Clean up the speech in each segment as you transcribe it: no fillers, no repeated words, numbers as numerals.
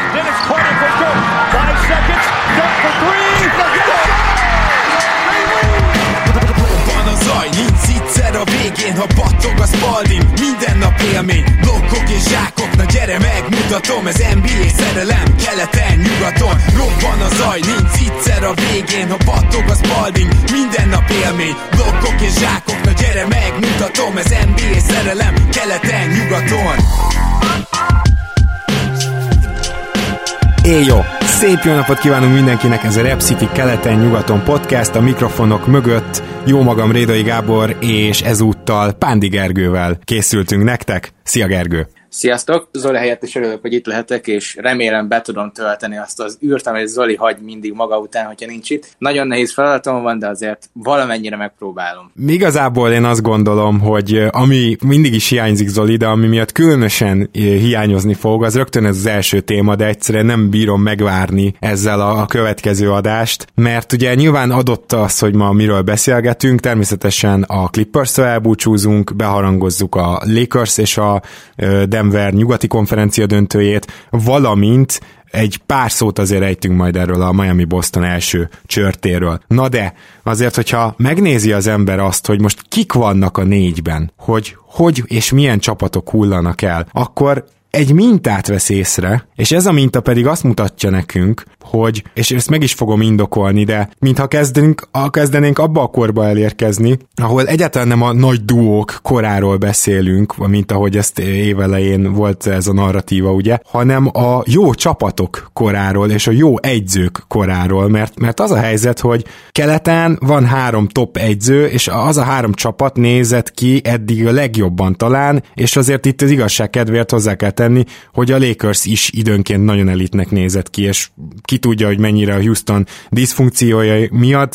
Dennis Carter for good. 5 seconds. Dunk for three. Van a zaj, nincs egyszer a végén, ha battog a Spalding. Minden nap élmény, blokkok és zsákok. Na gyere megmutatom, ez NBA szerelem, keleten, nyugaton. Robban a zaj, nincs egyszer a végén, ha battog a Spalding. Minden nap élmény, blokkok és zsákok. Na gyere megmutatom, ez NBA szerelem, keleten, nyugaton. Jó! Szép jó napot kívánunk mindenkinek, ez a Rep City keleten-nyugaton podcast, a mikrofonok mögött jó magam Rédai Gábor, és ezúttal Pándi Gergővel készültünk nektek. Szia Gergő! Sziasztok! Zoli helyett is örülök, hogy itt lehetek, és remélem be tudom tölteni azt az űrt, amit Zoli hagy mindig maga után, hogyha nincs itt. Nagyon nehéz feladatom van, de azért valamennyire megpróbálom. Igazából én azt gondolom, hogy ami mindig is hiányzik Zoli, de ami miatt különösen hiányozni fog, az rögtön ez az első téma, de egyszerűen nem bírom megvárni ezzel a következő adást, mert ugye nyilván adott az, hogy ma miről beszélgetünk, természetesen a Clippers-től elbúcsúzunk, beharangozzuk a Lakers és a Denver nyugati konferencia döntőjét, valamint egy pár szót azért ejtünk majd erről a Miami-Boston első csörtéről. Na de, azért, hogyha megnézi az ember azt, hogy most kik vannak a négyben, hogy és milyen csapatok hullanak el, akkor egy mintát vesz észre, és ez a minta pedig azt mutatja nekünk, hogy, és ezt meg is fogom indokolni, de mintha kezdenénk abba a korba elérkezni, ahol egyáltalán nem a nagy duók koráról beszélünk, mint ahogy ezt évelején volt ez a narratíva, ugye, hanem a jó csapatok koráról, és a jó egyzők koráról, mert az a helyzet, hogy keleten van 3 top egyző, és az a 3 csapat nézett ki eddig a legjobban talán, és azért itt az igazság kedvéért hozzá kell tenni, hogy a Lakers is időnként nagyon elitnek nézett ki, és ki tudja, hogy mennyire a Houston diszfunkciója miatt,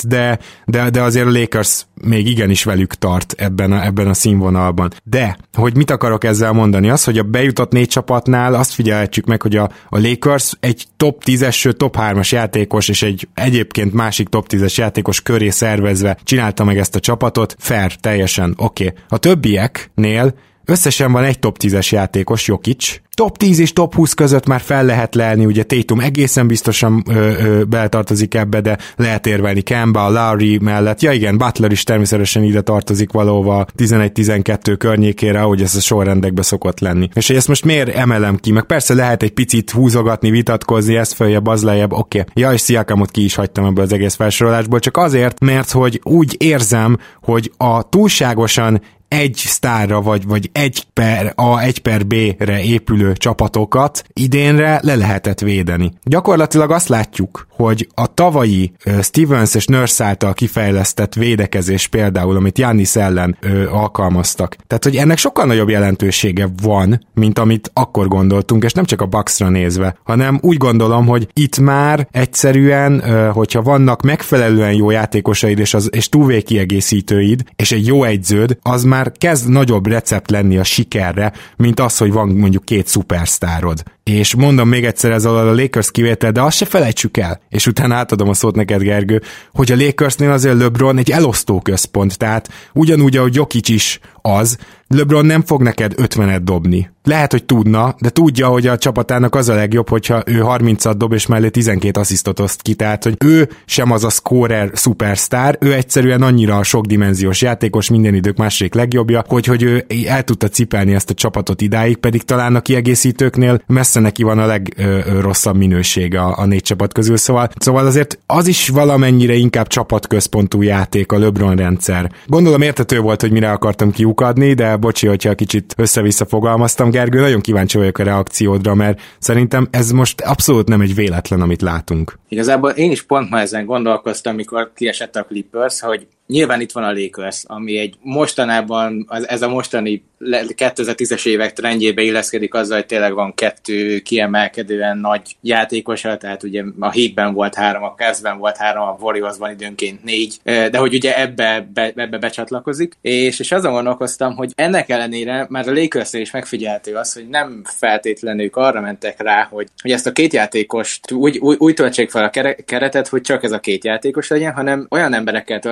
de azért a Lakers még igenis velük tart ebben a színvonalban. De, hogy mit akarok ezzel mondani? Az, hogy a bejutott 4 csapatnál azt figyelhetjük meg, hogy a Lakers egy top 10-es, sőt top 3-as játékos, és egy egyébként másik top 10-es játékos köré szervezve csinálta meg ezt a csapatot. Fair, teljesen, oké. A többieknél összesen van egy top 10-es játékos, Jokic. Top 10 és top 20 között már fel lehet lelni, ugye Tatum egészen biztosan beletartozik ebbe, de lehet érvelni Kemba, Lowry mellett. Ja igen, Butler is természetesen ide tartozik valahova 11-12 környékére, ahogy ez a sorrendekbe szokott lenni. És hogy ezt most miért emelem ki? Meg persze lehet egy picit húzogatni, vitatkozni, ez följebb, az lejjebb, oké. Ja, és Siakamot ki is hagytam ebből az egész felsorolásból, csak azért, mert hogy úgy érzem, hogy a túlságosan egy sztárra, vagy egy per A, egy per B-re épülő csapatokat idénre le lehetett védeni. Gyakorlatilag azt látjuk, hogy a tavalyi Stevens és Nurse által kifejlesztett védekezés például, amit Giannis ellen alkalmaztak. Tehát, hogy ennek sokkal nagyobb jelentősége van, mint amit akkor gondoltunk, és nem csak a Bucksra nézve, hanem úgy gondolom, hogy itt már egyszerűen, hogyha vannak megfelelően jó játékosaid és two-way kiegészítőid, és egy jó egyződ, az már kezd nagyobb recept lenni a sikerre, mint az, hogy van mondjuk 2 szupersztárod. És mondom még egyszer ez a Lakers kivétel, de azt se felejtsük el, és utána átadom a szót neked, Gergő, hogy a Lakersnél azért LeBron egy elosztó központ, tehát ugyanúgy, ahogy Jokic is az, LeBron nem fog neked 50-et dobni. Lehet, hogy tudna, de tudja, hogy a csapatának az a legjobb, hogyha ő 30-at dob, és mellé 12 asszisztot oszt ki, tehát, hogy ő sem az a scorer szupersztár, ő egyszerűen annyira a sokdimenziós játékos, minden idők második legjobbja, hogy ő el tudta cipelni ezt a csapatot idáig, pedig talán a kiegészítőknél messze neki van a legrosszabb minősége a 4 csapat közül, szóval azért az is valamennyire inkább csapatközpontú játék a LeBron rendszer. Gondolom érthető volt, hogy mire akartam kiukadni, de bocsi, hogyha kicsit össze-vissza fogalmaztam. Gergő, nagyon kíváncsi vagyok a reakciódra, mert szerintem ez most abszolút nem egy véletlen, amit látunk. Igazából én is pont ma ezen gondolkoztam, mikor kiesett a Clippers, hogy nyilván itt van a Lakers, ami egy mostanában, ez a mostani 2010-es évek trendjébe illeszkedik azzal, hogy tényleg van 2 kiemelkedően nagy játékosa, tehát ugye a Heatben volt 3, a Cavsben volt 3, a Warriorsban időnként 4, de hogy ugye ebbe becsatlakozik, és azon gondolkoztam, hogy ennek ellenére már a Lakersnél is megfigyelhető az, hogy nem feltétlenül arra mentek rá, hogy ezt a 2 játékost úgy töltsék fel a keretet, hogy csak ez a 2 játékos legyen, hanem olyan emberekkel töltötték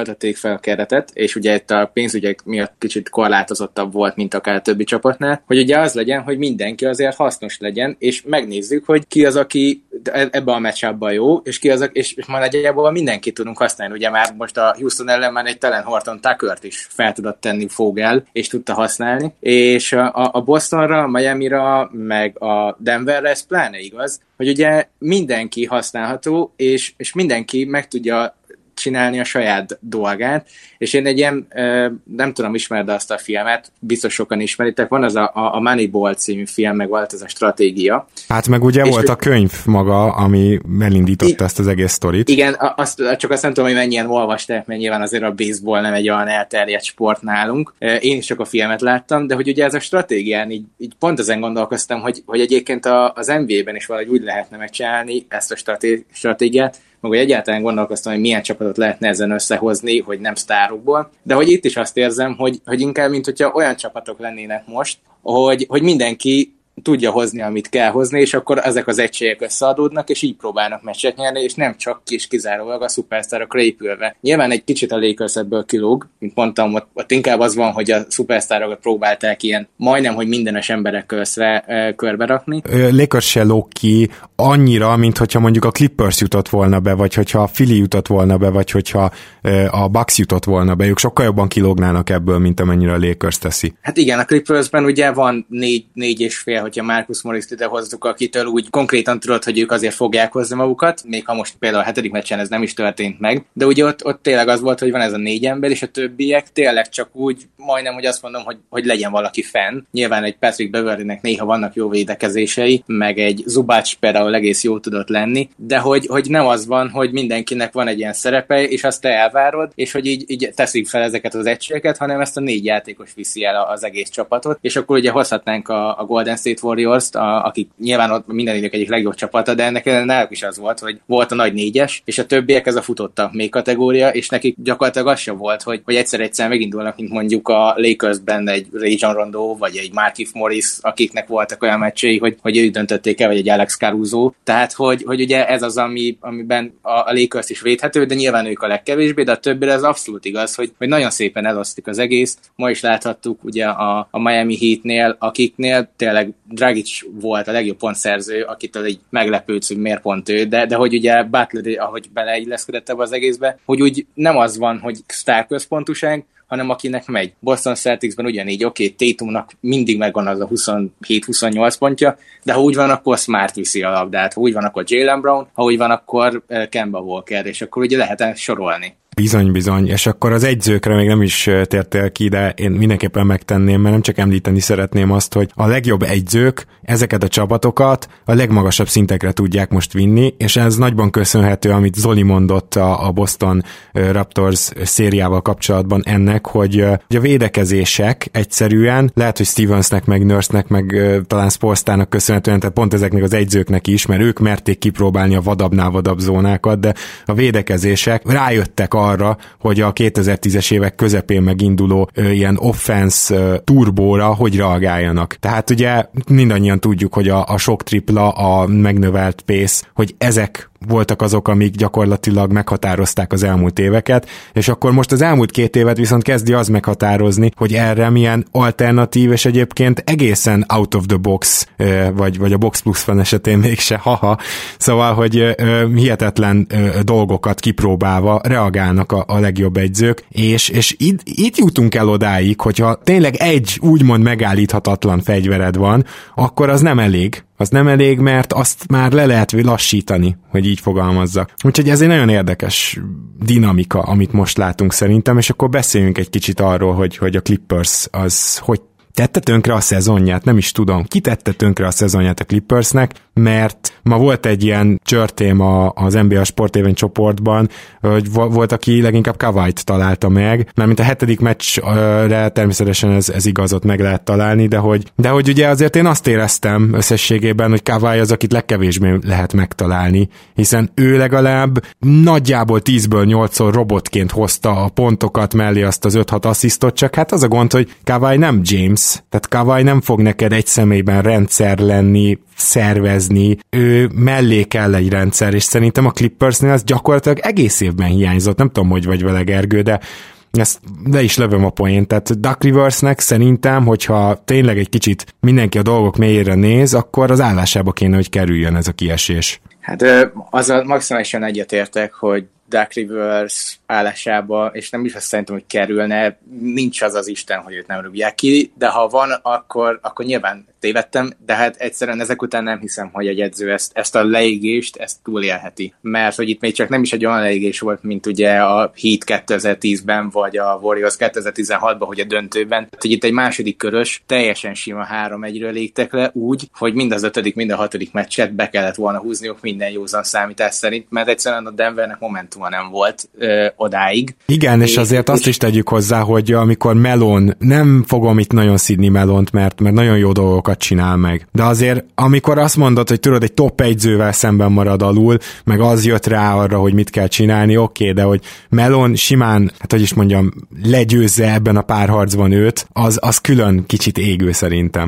fel a keretet, és ugye itt a pénzügyek miatt kicsit korlátozottabb volt, mint akár a többi csapatnál, hogy ugye az legyen, hogy mindenki azért hasznos legyen, és megnézzük, hogy ki az, aki ebben a match-upban jó, és ki az, és már nagyjából mindenkit tudunk használni. Ugye már most a Houston ellen már egy Talen Horton Tuckert is fel tudott tenni Fogel, és tudta használni, és a Bostonra, a Miamira, meg a Denverre ez pláne igaz, hogy ugye mindenki használható, és mindenki meg tudja csinálni a saját dolgát, és én egy ilyen, nem tudom, ismered azt a filmet, biztos sokan ismeritek, van az a Moneyball című film, meg volt ez a stratégia. Hát meg ugye volt a könyv maga, ami elindította ezt az egész sztorit. Igen, csak azt nem tudom, hogy mennyien olvasták, mert nyilván azért a baseball nem egy olyan elterjedt sport nálunk. Én is csak a filmet láttam, de hogy ugye ez a stratégián, így pont ezen gondolkoztam, hogy egyébként az NBA-ben is valahogy úgy lehetne megcsinálni ezt a stratégiát, meg hogy egyáltalán gondolkoztam, hogy milyen csapatot lehetne ezen összehozni, hogy nem sztárokból, de hogy itt is azt érzem, hogy inkább, mint hogyha olyan csapatok lennének most, hogy mindenki tudja hozni, amit kell hozni, és akkor ezek az egységek összeadódnak, és így próbálnak meccset nyerni, és nem csak kizárólag a szupersztárokra épülve. Nyilván egy kicsit a Lakers ebből kilóg, mint mondtam, ott inkább az van, hogy a szupersztárokat próbálták ilyen majdnem, hogy mindenes emberek közre körbe rakni. Lakers se lóg ki annyira, mint hogyha mondjuk a Clippers jutott volna be, vagy hogyha a Philly jutott volna be, vagy hogyha a Bucks jutott volna be. Ők sokkal jobban kilógnának ebből, mint amennyire a Lakers teszi. Hát igen, a Clippersben ugye van 4,5, hogyha Marcus Morris-t ide hozzuk, akitől úgy konkrétan tudod, hogy ők azért fogják hozni magukat, még ha most például a 7. meccsen ez nem is történt meg, de ugye ott tényleg az volt, hogy van ez a 4 ember, és a többiek tényleg csak úgy majdnem, hogy azt mondom, hogy legyen valaki fenn. Nyilván egy Patrick Beverlynek néha vannak jó védekezései, meg egy Zubac például egész jó tudott lenni, de hogy nem az van, hogy mindenkinek van egy ilyen szerepe, és azt te elvárod, és hogy így teszik fel ezeket az egységeket, hanem ezt a 4 játékos viszi el az egész csapatot, és akkor ugye hozhatnánk a Golden State Warriors-t, akik nyilván ott minden idők egyik legjobb csapata, de ennek náluk is az volt, hogy volt a nagy 4-es, és a többiek ez a futottak még kategória, és nekik gyakorlatilag az sem volt, hogy egyszer megindulnak, mint mondjuk a Lakersben egy Rajon Rondo, vagy egy Markieff Morris, akiknek voltak olyan meccsei, hogy ők döntötték el, vagy egy Alex Caruso. Tehát, hogy ugye ez az, amiben a Lakers is védhető, de nyilván ők a legkevésbé, de a többire ez abszolút igaz, hogy nagyon szépen elosztik az egész. Ma is láthattuk ugye a Miami Heatnél, akiknél tényleg Dragic volt a legjobb pontszerző, akitől így meglepődsz, hogy miért pont ő, de hogy ugye Butler, ahogy beleilleszkedett ebbe az egészbe, hogy úgy nem az van, hogy sztárközpontúság, hanem akinek megy. Boston Celticsben ugyanígy, Tatumnak mindig megvan az a 27-28 pontja, de ha úgy van, akkor Smart viszi a labdát, ha úgy van, akkor Jaylen Brown, ha úgy van, akkor Kemba Walker, és akkor ugye lehet sorolni. Bizony, és akkor az egyzőkre még nem is tértél ki, de én mindenképpen megtenném, mert nem csak említeni szeretném azt, hogy a legjobb egyzők ezeket a csapatokat a legmagasabb szintekre tudják most vinni, és ez nagyban köszönhető, amit Zoli mondott a Boston Raptors szériával kapcsolatban ennek, hogy a védekezések egyszerűen, lehet, hogy Stevensnek, meg Nurse-nek, meg talán Spolstának köszönhetően, tehát pont ezeknek az egyzőknek is, mert ők merték kipróbálni a vadabbnál vadabb zónákat, de a védekezések rájöttek arra, hogy a 2010-es évek közepén meginduló ilyen offense turbóra hogy reagáljanak. Tehát ugye mindannyian tudjuk, hogy a sok tripla, a megnövelt pace, hogy ezek voltak azok, amik gyakorlatilag meghatározták az elmúlt éveket, és akkor most az elmúlt 2 évet viszont kezdi az meghatározni, hogy erre milyen alternatív, és egyébként egészen out of the box, vagy a box plus fan esetén mégse, szóval, hogy hihetetlen dolgokat kipróbálva reagálnak a legjobb egyzők, és itt jutunk el odáig, hogyha tényleg egy úgymond megállíthatatlan fegyvered van, akkor az nem elég. Az nem elég, mert azt már le lehet lassítani, hogy így fogalmazzak. Úgyhogy ez egy nagyon érdekes dinamika, amit most látunk szerintem, és akkor beszéljünk egy kicsit arról, hogy a Clippers az hogy tette tönkre a szezonját, nem is tudom, ki tette tönkre a szezonját a Clippersnek, mert ma volt egy ilyen csörtém az NBA Sportévén csoportban, hogy volt, aki leginkább Kawhit találta meg, mert mint a 7. meccsre természetesen ez igazot meg lehet találni, de hogy ugye azért én azt éreztem összességében, hogy Kawhi az, akit legkevésbé lehet megtalálni, hiszen ő legalább nagyjából 10-ből 8-szor robotként hozta a pontokat mellé azt az 5-6 asszisztot, csak hát az a gond, hogy Kawhi nem James, tehát Kawhi nem fog neked egy személyben rendszer lenni, szervezni, ő mellé kell egy rendszer, és szerintem a Clippersnél az gyakorlatilag egész évben hiányzott, nem tudom, hogy vagy vele Gergő, de ezt le is lövöm a poént, tehát Duck Riversnek szerintem, hogyha tényleg egy kicsit mindenki a dolgok mélyére néz, akkor az állásába kéne, hogy kerüljön ez a kiesés. Hát azzal maximálisan egyetértek, hogy Duck Rivers állásába, és nem is azt szerintem, hogy kerülne, nincs az az Isten, hogy őt nem rúgják ki, de ha van, akkor nyilván tévedtem, de hát egyszerűen ezek után nem hiszem, hogy egy edző ezt a leégést, ezt túlélheti. Mert hogy itt még csak nem is egy olyan leégés volt, mint ugye a Heat 2010-ben, vagy a Warriors 2016-ban, hogy a döntőben. Hogy itt egy második körös, teljesen sima 3-1-ről légtek le úgy, hogy mind az 5., mind a 6. meccset be kellett volna húzniuk minden józan számítás szerint, mert egyszerűen a Denvernek momentuma nem volt odáig. Igen, és azért azt is tegyük hozzá, hogy amikor Melon, nem fogom itt nagyon szidni Melont, mert nagyon jó dolgokat csinál meg. De azért, amikor azt mondod, hogy tudod, egy top egyzővel szemben marad alul, meg az jött rá arra, hogy mit kell csinálni, oké, de hogy Melon simán, hát hogy is mondjam, legyőzze ebben a párharcban őt, az külön kicsit égő szerintem.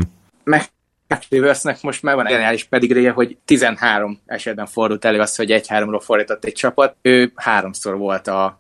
Riversnek most már van geniális pedigréje, hogy 13 esetben fordult elő az, hogy 1-3-ról fordított egy csapat. Ő 3-szor volt a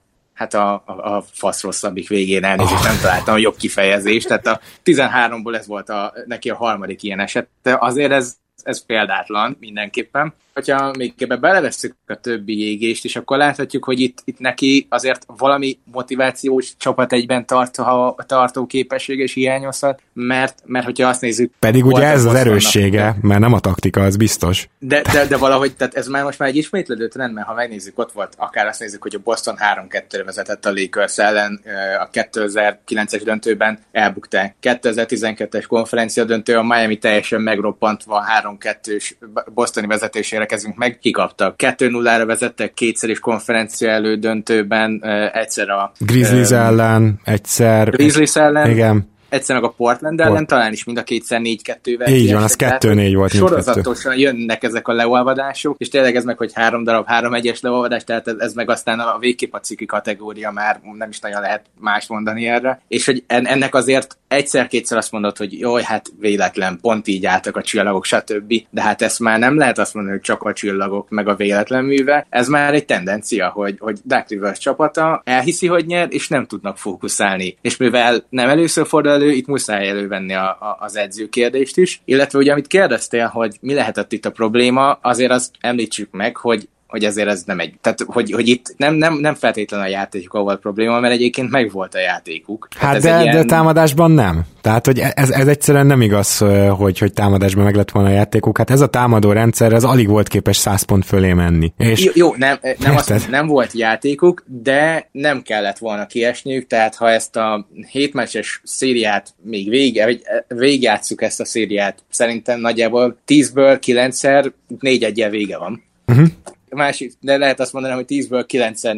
fasz rosszabbik végén, elnézést, nem találtam a jobb kifejezést, tehát a 13-ból ez volt neki a harmadik ilyen eset. De azért ez példátlan mindenképpen. Hogyha még ebbe belevesszük a többi égést is, akkor láthatjuk, hogy itt neki azért valami motivációs csapat egyben tartó képessége is hiányozhat, mert hogyha azt nézzük... Pedig ugye ez az erőssége, mert nem a taktika, az biztos. De valahogy, tehát ez már most már egy ismétlődő trend, mert ha megnézzük, ott volt, akár azt nézzük, hogy a Boston 3-2-re vezetett a Lakers ellen, a 2009-es döntőben elbukták. 2012-es konferencia döntő, a Miami teljesen megroppantva 3-2-s bostoni vezetésére kezünk meg, kikaptak. 2-0-ra vezettek, kétszer is konferencia elődöntőben, egyszer a... Grizzlies ellen, egyszer... Grizzlies ellen. Igen. Egyszer meg a Portland ellen, talán is mind a kétszer 4-2-vel. Így van, az 2-4 volt. Sorozatosan jönnek ezek a leolvadások, és tényleg ez meg, hogy 3 darab 3-1-es leolvadás, tehát ez meg aztán a végképp a ciki kategória, már nem is nagyon lehet más mondani erre. És hogy ennek azért egyszer-kétszer azt mondod, hogy jó, hát véletlen, pont így álltak a csillagok, stb. De hát ezt már nem lehet azt mondani, hogy csak a csillagok meg a véletlen műve. Ez már egy tendencia, hogy Duck Rivers csapata elhiszi, hogy nyer, és nem tudnak fókuszálni. És mivel nem először fordul elő, itt muszáj elővenni az edző kérdést is. Illetve ugye, amit kérdeztél, hogy mi lehetett itt a probléma, azért azt említsük meg, hogy ezért ez nem egy... Tehát, hogy itt nem feltétlenül a játékuk volt probléma, mert egyébként megvolt a játékuk. Hát de támadásban nem. Tehát, hogy ez egyszerűen nem igaz, hogy támadásban meg lett volna a játékuk. Hát ez a támadó rendszer, ez alig volt képes 100 pont fölé menni. És jó, nem volt játékuk, de nem kellett volna kiesniük, tehát ha ezt a 7 meccses szériát még végigjátsszuk ezt a szériát, szerintem nagyjából 10-ből 9-szer 4-1-jel vége van. Uh-huh. Másik, de lehet azt mondani, hogy 10-ből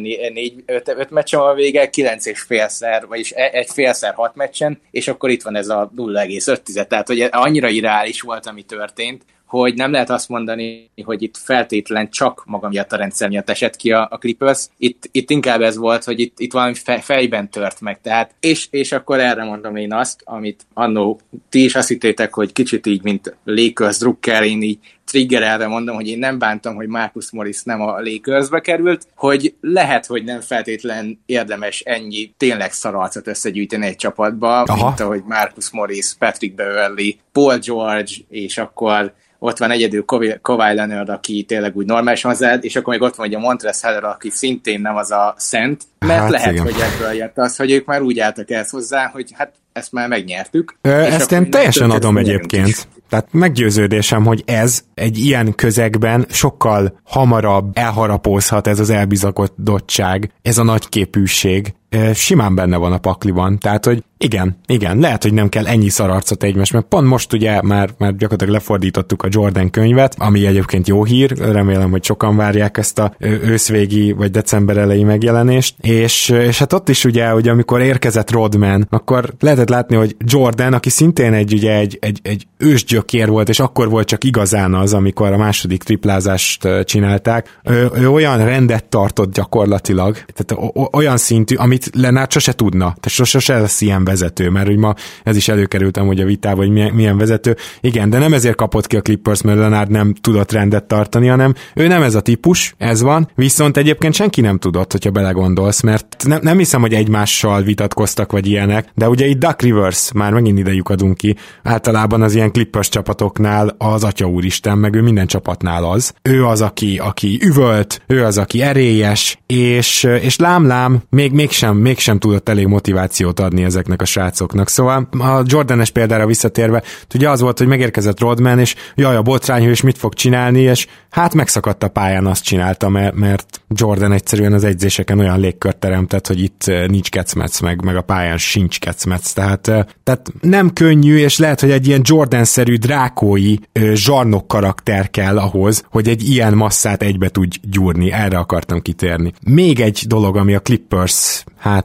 9-szer 5 meccsen van a vége, 9,5-szer, vagyis egy félszer 6 meccsen, és akkor itt van ez a 0,5, tehát hogy annyira irreális volt, ami történt, hogy nem lehet azt mondani, hogy itt feltétlen csak maga miatt a rendszer miatt esett ki a Clippers. Itt inkább ez volt, hogy itt valami fejben tört meg. Tehát, és akkor erre mondom én azt, amit annó ti is azt hittétek, hogy kicsit így, mint Lakers Drucker, én így triggerelve mondom, hogy én nem bántam, hogy Marcus Morris nem a Lakersbe került, hogy lehet, hogy nem feltétlen érdemes ennyi tényleg szararcot összegyűjteni egy csapatba, mint ahogy Marcus Morris, Patrick Beverley, Paul George, és akkor ott van egyedül Kawhi Leonard, aki tényleg úgy normálisan hozzáad, és akkor még ott van ugye Montrezl Harrell, aki szintén nem az a szent, mert hát lehet, igen, hogy ebből jött az, hogy ők már úgy álltak ehhez hozzá, hogy hát ezt már megnyertük. Ezt én teljesen adom egyébként. Tehát meggyőződésem, hogy ez egy ilyen közegben sokkal hamarabb elharapózhat ez az elbizakodottság, ez a nagyképűség. Simán benne van a pakliban. Tehát, hogy igen, lehet, hogy nem kell ennyi szararcot egymás, mert pont most ugye már gyakorlatilag lefordítottuk a Jordan könyvet, ami egyébként jó hír, remélem, hogy sokan várják ezt a őszvégi vagy december elejé megjelenést, és hát ott is ugye, hogy amikor érkezett Rodman, akkor lehetett látni, hogy Jordan, aki szintén egy ősgyökér volt, és akkor volt csak igazán az, amikor a második triplázást csinálták, ő olyan rendet tartott gyakorlatilag, tehát olyan szintű, amit amit Leonard sose tudna. Tehát sose lesz ilyen vezető, mert úgy ma ez is előkerültem, hogy a vitában, hogy milyen vezető. Igen, de nem ezért kapott ki a Clippers, mert Leonard nem tudott rendet tartani, hanem ő nem ez a típus, ez van, viszont egyébként senki nem tudott, hogyha belegondolsz, mert nem hiszem, hogy egymással vitatkoztak, vagy ilyenek, de ugye itt Doc Rivers, már megint ide lyukadunk ki, általában az ilyen Clippers csapatoknál az atya úristen, meg ő minden csapatnál az. Ő az, aki üvölt, ő az, aki erélyes, és lám, mégsem tudott elég motivációt adni ezeknek a srácoknak. Szóval a Jordanes példára visszatérve, ugye az volt, hogy megérkezett Rodman, és jaj, a botrányhő, és mit fog csinálni, és hát megszakadt a pályán, azt csinálta, mert Jordan egyszerűen az edzéseken olyan légkört teremtett, hogy itt nincs kecmec, meg a pályán sincs kecmec. Tehát nem könnyű, és lehet, hogy egy ilyen Jordan-szerű drákói zsarnok karakter kell ahhoz, hogy egy ilyen masszát egybe tudj gyúrni. Erre akartam kitérni. Még egy dolog, ami a Clippers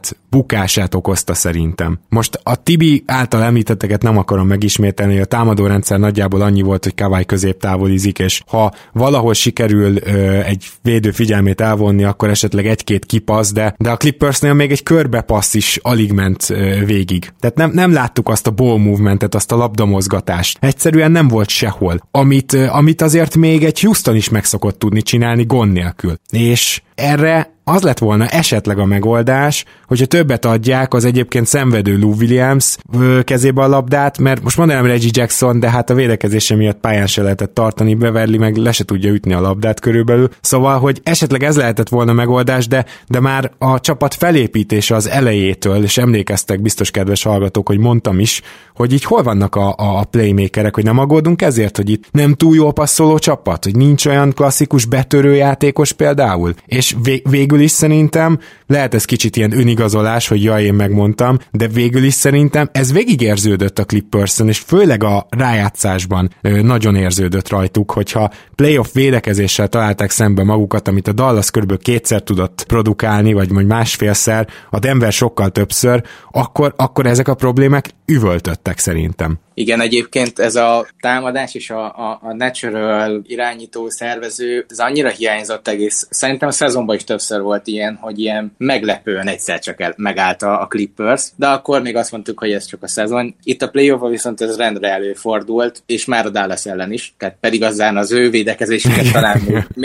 bukását okozta szerintem. Most a Tibi által említetteket nem akarom megismételni, a támadórendszer nagyjából annyi volt, hogy Kawhi középtávolizik, és ha valahol sikerül egy védő figyelmét elvonni, akkor esetleg egy-két kipassz, de a Clippersnél még egy körbepassz is alig ment végig. Tehát nem láttuk azt a ball movementet, azt a labdamozgatást. Egyszerűen nem volt sehol. Amit azért még egy Houston is meg szokott tudni csinálni gond nélkül. És erre az lett volna esetleg a megoldás, hogyha többet adják az egyébként szenvedő Lou Williams kezébe a labdát, mert most mondanám Reggie Jackson, de hát a védekezése miatt pályán se lehetett tartani, Beverly meg le se tudja ütni a labdát körülbelül. Szóval, hogy esetleg ez lehetett volna megoldás, de már a csapat felépítése az elejétől, és emlékeztek biztos kedves hallgatók, hogy mondtam is, hogy így hol vannak a playmakerek, hogy nem aggódunk ezért, hogy itt nem túl jól passzoló csapat, hogy nincs olyan klasszikus betörő játékos például, és végül is szerintem, lehet ez kicsit ilyen önigazolás, hogy jaj, én megmondtam, de végül is szerintem ez végigérződött a Clippersen, és főleg a rájátszásban nagyon érződött rajtuk, hogyha playoff védekezéssel találták szembe magukat, amit a Dallas körülbelül kétszer tudott produkálni, vagy másfélszer, a Denver sokkal többször, akkor ezek a problémák üvöltöttek szerintem. Igen, egyébként ez a támadás és a natural irányító szervező, ez annyira hiányzott egész. Szerintem a szezonban is többször volt ilyen, hogy ilyen meglepően egyszer csak megállt a Clippers, de akkor még azt mondtuk, hogy ez csak a szezon. Itt a playoffban viszont ez rendre előfordult, és már a Dallas ellen is, tehát pedig aztán az ő védekezésüket talán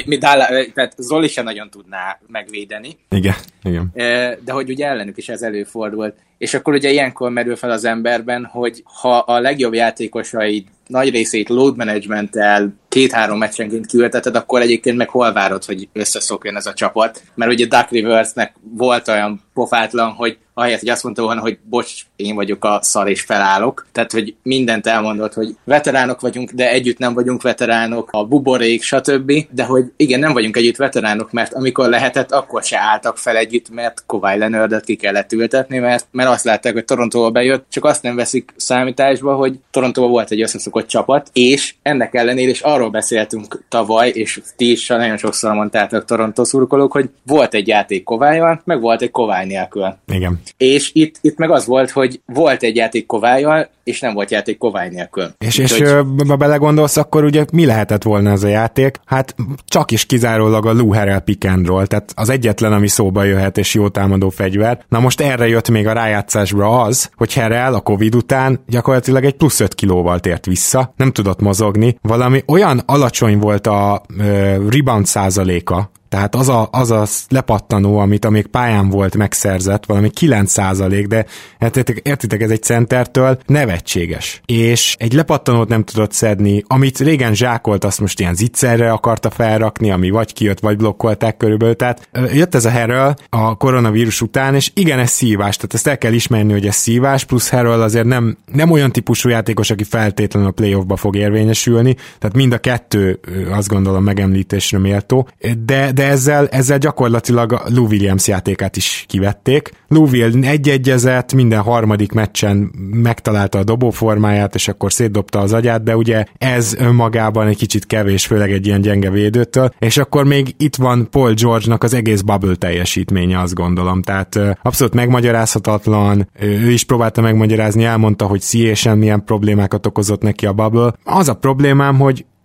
tehát Zoli se nagyon tudná megvédeni. Igen. De hogy ugye ellenük is ez előfordult. És akkor ugye ilyenkor merül fel az emberben, hogy ha a legjobb játékosaid nagy részét load managementtel 2-3 meccsenként kiülteted, akkor egyébként meg hol várod, hogy összeszokjon ez a csapat. Mert ugye Doc Riversnek volt olyan pofátlan, hogy ahelyett, hogy azt mondta volna, hogy bocs, én vagyok a szar és felállok. Tehát, hogy mindent elmondott, hogy veteránok vagyunk, de együtt nem vagyunk veteránok, a buborék, stb. De hogy igen, nem vagyunk együtt veteránok, mert amikor lehetett, akkor se álltak fel együtt, mert Kawhi Leonardet ki kellett ültetni, mert azt látták, hogy Torontóba bejött, csak azt nem veszik számításba, hogy Torontóba volt egy összeszokott csapat, és ennek ellenére is arról beszéltünk tavaly, és ti is nagyon sokszor mondtátok Toronto szurkolók, hogy volt egy játék Kawhi-jal, meg volt egy Kawhi nélkül. Igen. És itt meg az volt, hogy volt egy játék Kawhi-jal, és nem volt játék Kawhi nélkül. És ha belegondolsz, akkor ugye mi lehetett volna ez a játék? Hát csak is kizárólag a Lou Harrell pick and roll, tehát az egyetlen, ami szóba jöhet, és jó támadó fegyver. Na most erre jött még a rájátszásra az, hogy Harrell a Covid után gyakorlatilag egy plusz 5 kilóval tért vissza, nem tudott mozogni, valami olyan alacsony volt a rebound százaléka, tehát az a lepattanó, amit amíg pályán volt megszerzett, valami 9%, de értitek, ez egy centertől nevetséges. És egy lepattanót nem tudott szedni, amit régen zsákolt, azt most ilyen zicserre akarta felrakni, ami vagy kijött, vagy blokkolták körülbelül. Tehát jött ez a Harrell a koronavírus után, és igen, ez szívás, tehát ezt el kell ismerni, hogy ez szívás, plusz Harrell azért nem olyan típusú játékos, aki feltétlenül a playoffba fog érvényesülni, tehát mind a kettő azt gondolom megemlítésre méltó, de ezzel gyakorlatilag a Lou Williams játékát is kivették. Lou Will egy-egyezett, minden harmadik meccsen megtalálta a dobóformáját, és akkor szétdobta az agyát, de ugye ez önmagában egy kicsit kevés, főleg egy ilyen gyenge védőtől, és akkor még itt van Paul George-nak az egész bubble teljesítménye, azt gondolom, tehát abszolút megmagyarázhatatlan, ő is próbálta megmagyarázni, elmondta, hogy CSN milyen problémákat okozott neki a bubble. Az a problémám, hogy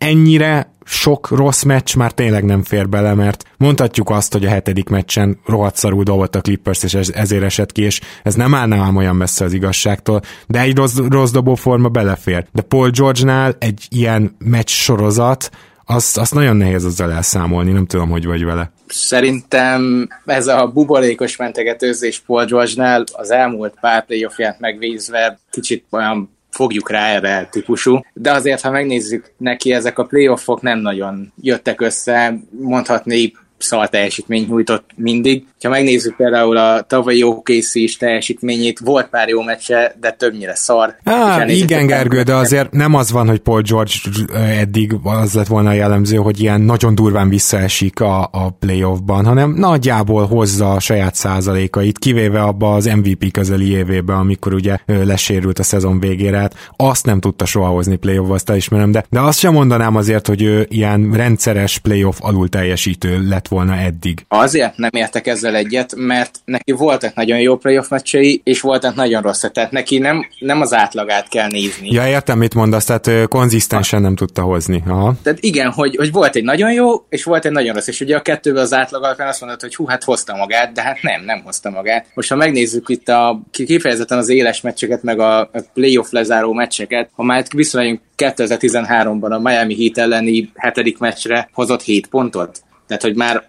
ennyire sok rossz meccs már tényleg nem fér bele, mert mondhatjuk azt, hogy a 7. meccsen rohadt szarul dobott a Clippers, és ezért esett ki, és ez nem állna ám olyan messze az igazságtól, de egy rossz dobóforma belefér. De Paul George-nál egy ilyen meccs sorozat, azt nagyon nehéz azzal elszámolni, nem tudom, hogy vagy vele. Szerintem ez a buborékos mentegetőzés Paul George-nál az elmúlt pár playoffját megvézve kicsit olyan fogjuk rá erre típusú, de azért, ha megnézzük neki, ezek a playoffok nem nagyon jöttek össze, mondhatni szar teljesítményt nyújtott mindig. Ha megnézzük például a tavalyi OKC-s teljesítményét, volt pár jó meccse, de többnyire szar. Igen, Gergő, de azért nem az van, hogy Paul George eddig az lett volna jellemző, hogy ilyen nagyon durván visszaesik a playoffban, hanem nagyjából hozza a saját százalékait, kivéve abba az MVP közeli évébe, amikor ugye lesérült a szezon végére. Hát azt nem tudta soha hozni playoffba, azt elismerem, de azt sem mondanám azért, hogy ő ilyen rendszeres playoff alul teljesítő lett volna eddig. Azért nem értek ezzel egyet, mert neki voltak nagyon jó playoff meccsei, és voltak nagyon rosszak, tehát neki nem az átlagát kell nézni. Ja, értem, mit mondasz, tehát konzisztensen nem tudta hozni. Aha. Tehát igen, hogy volt egy nagyon jó, és volt egy nagyon rossz, és ugye a kettőben az átlag alapján azt mondod, hogy hát hozta magát, de hát nem hozta magát. Most ha megnézzük itt kifejezetten az éles meccseket, meg a playoff lezáró meccseket, ha már visszamegyünk 2013-ban a Miami Heat elleni 7. meccsre hozott 7 pontot. Tehát, hogy már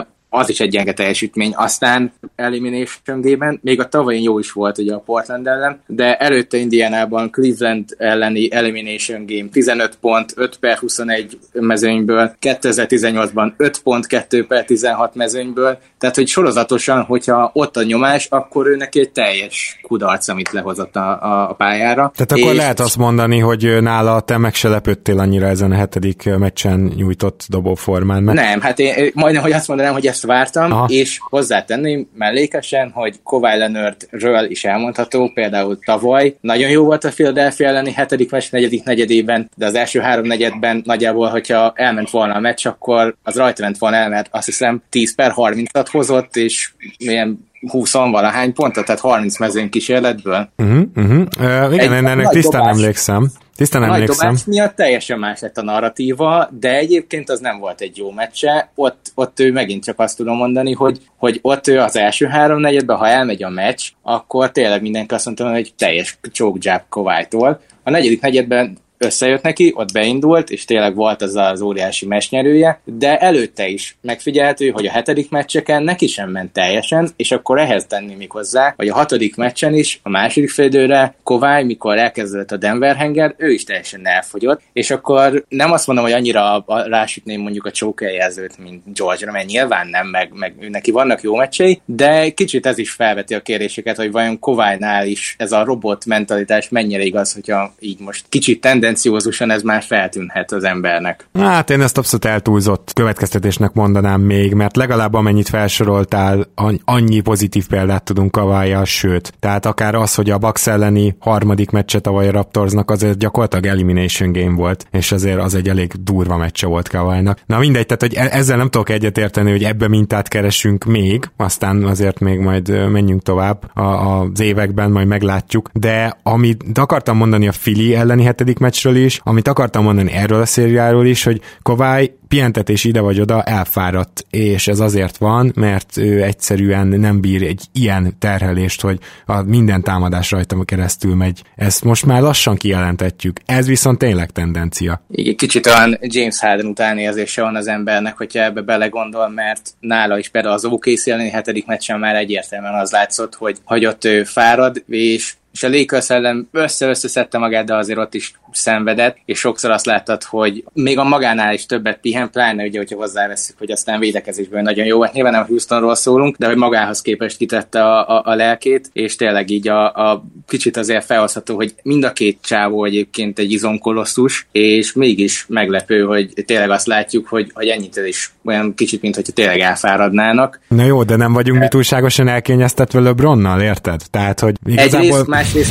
az is egy gyenge teljesítmény. Aztán Elimination Game-ben, még a tavalyi jó is volt ugye a Portland ellen, de előtte Indianában Cleveland elleni Elimination Game 15 pont, 5/21 mezőnyből, 2018-ban 5 pont, 2/16 mezőnyből, tehát hogy sorozatosan, hogyha ott a nyomás, akkor ő neki egy teljes kudarc, amit lehozott a pályára. Tehát akkor lehet azt mondani, hogy nála te meg se lepődtél annyira ezen a 7. meccsen nyújtott dobóformán. Mert... Nem, hát én majdnem, hogy azt mondanám, hogy ezt vártam, aha. És hozzátenném mellékesen, hogy Kawhi Leonardről is elmondható, például tavaly nagyon jó volt a Philadelphia elleni 7. meccs 4. negyedében, de az első 3 negyedben nagyjából, hogyha elment volna a meccs, akkor az rajta ment volna el, mert azt hiszem 10/30-at hozott, és milyen 20-valahány pontot, tehát 30 mezőn kísérletből. Igen, ennek tisztán emlékszem. A nagy dobás miatt teljesen más lett a narratíva, de egyébként az nem volt egy jó meccse. Ott ő megint csak azt tudom mondani, hogy ott ő az első 3 negyedben, ha elmegy a meccs, akkor tényleg mindenki azt mondta, hogy teljes choke job Kawhi-tól. A 4. negyedben összejött neki, ott beindult, és tényleg volt az óriási meccsnyerője, de előtte is megfigyelhető, hogy a 7. meccseken neki sem ment teljesen, és akkor ehhez tenni még hozzá, hogy a 6. meccsen is, a második félidőre Kawhi, mikor elkezdődött a Denver henger, ő is teljesen elfogyott, és akkor nem azt mondom, hogy annyira rásütném mondjuk a choke jelzőt, mint George-ra, mert nyilván nem, meg neki vannak jó meccsei, de kicsit ez is felveti a kérdéseket, hogy vajon Kawhi-nál is ez a robot mentalitás mennyire igaz, hogyha így most kicsit tendenciózusan ez már feltűnhet az embernek. Hát én ezt abszolút eltúlzott következtetésnek mondanám még, mert legalább amennyit felsoroltál, annyi pozitív példát tudunk Kawhi-jal, sőt. Tehát akár az, hogy a Bucks elleni 3. meccse tavaly a Raptorsnak azért gyakorlatilag Elimination Game volt, és azért az egy elég durva meccse volt Kawhi-nak. Na mindegy, tehát hogy ezzel nem tudok egyetérteni, hogy ebbe mintát keresünk még, aztán azért még majd menjünk tovább az években, majd meglátjuk, de amit akartam mondani a Philly elleni 7. meccsről is, amit akartam mondani erről a szériáról is, hogy Kawhi pihentetés ide vagy oda elfáradt, és ez azért van, mert ő egyszerűen nem bír egy ilyen terhelést, hogy minden támadás rajta keresztül megy. Ezt most már lassan kijelentetjük. Ez viszont tényleg tendencia. Igen, kicsit olyan James Harden utáni érzése van az embernek, hogyha ebbe belegondol, mert nála is például az OKC elleni 7. meccsen már egyértelműen az látszott, hogy ott ő fárad, és a Lakers ellen összeszedte magát, de azért ott is szenvedett, és sokszor azt láttad, hogy még a magánál is többet pihen, pláne ugye, hogyha hozzáveszünk, hogy aztán védekezésből nagyon jó, hát nyilván nem Houstonról szólunk, de hogy magához képest kitette a lelkét, és tényleg így a kicsit azért felhozható, hogy mind a két csávó egyébként egy izomkolosszus, és mégis meglepő, hogy tényleg azt látjuk, hogy ennyit is olyan kicsit, mint hogyha tényleg elfáradnának. Na jó, de nem vagyunk mi túlságosan elkényeztetve LeBronnal, érted? Tehát, hogy igazából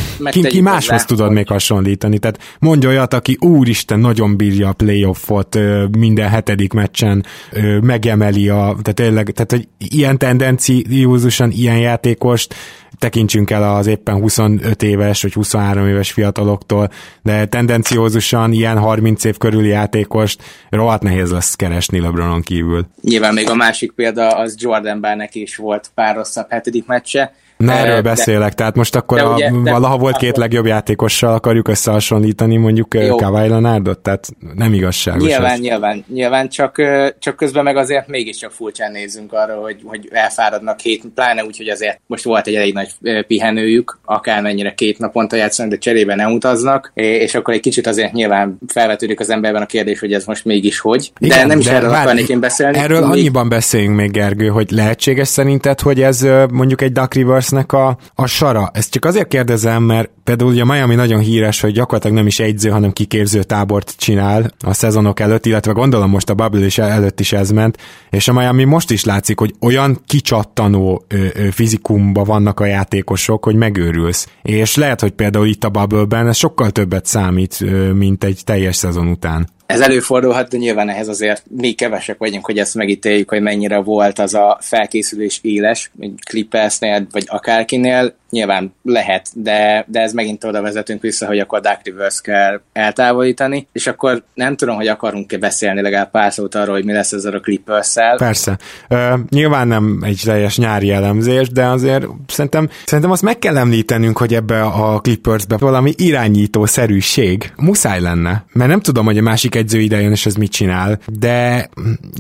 ki máshoz tudod még hasonlítani, tehát mondj olyat, aki úristen nagyon bírja a playoffot minden 7. meccsen megemeli tehát hogy ilyen tendenciózusan, ilyen játékost tekintsünk el az éppen 25 éves vagy 23 éves fiataloktól, de tendenciózusan ilyen 30 év körüli játékost rohadt nehéz lesz keresni LeBronon kívül. Nyilván még a másik példa az Jordan, bár neki is volt pár rosszabb 7. meccse. Na, erről beszélek, tehát most akkor valaha volt két legjobb játékossal akarjuk összehasonlítani mondjuk Kawhi Leonardot, tehát nem igazságos. Nyilván csak közben meg azért mégiscsak furcsán nézzünk arra, hogy elfáradnak pláne úgy, hogy azért most volt egy elég nagy pihenőjük, akármennyire 2 naponta játszanak, de cserébe nem utaznak, és akkor egy kicsit azért nyilván felvetődik az emberben a kérdés, hogy ez most mégis hogy. De igen, nem is erről akarnék én beszélni. Erről annyiban beszéljünk még, Gergő, hogy lehetséges szerinted, hogy ez mondjuk egy Doc Riversnek a sara. Ezt csak azért kérdezem, mert például ugye Miami nagyon híres, hogy gyakorlatilag nem is egyző, hanem kiképző tábort csinál a szezonok előtt, illetve gondolom most a bubble előtt is ez ment, és a Miami most is látszik, hogy olyan kicsattanó fizikumban vannak a játékosok, hogy megőrülsz. És lehet, hogy például itt a bubble-ben ez sokkal többet számít, mint egy teljes szezon után. Ez előfordulhat, de nyilván ehhez azért mi kevesek vagyunk, hogy ezt megítéljük, hogy mennyire volt az a felkészülés éles, Clippersnél, vagy akárkinél. Nyilván lehet, de ez megint oda vezetünk vissza, hogy akkor Doc Rivers kell eltávolítani, és akkor nem tudom, hogy akarunk-e beszélni legalább pár szót arról, hogy mi lesz ezzel a Clippers-szel. Persze. Nyilván nem egy teljes nyári elemzés, de azért szerintem azt meg kell említenünk, hogy ebbe a Clippersbe valami irányító-szerűség muszáj lenne. Mert nem tudom, hogy a másik edző ide jön, és ez mit csinál, de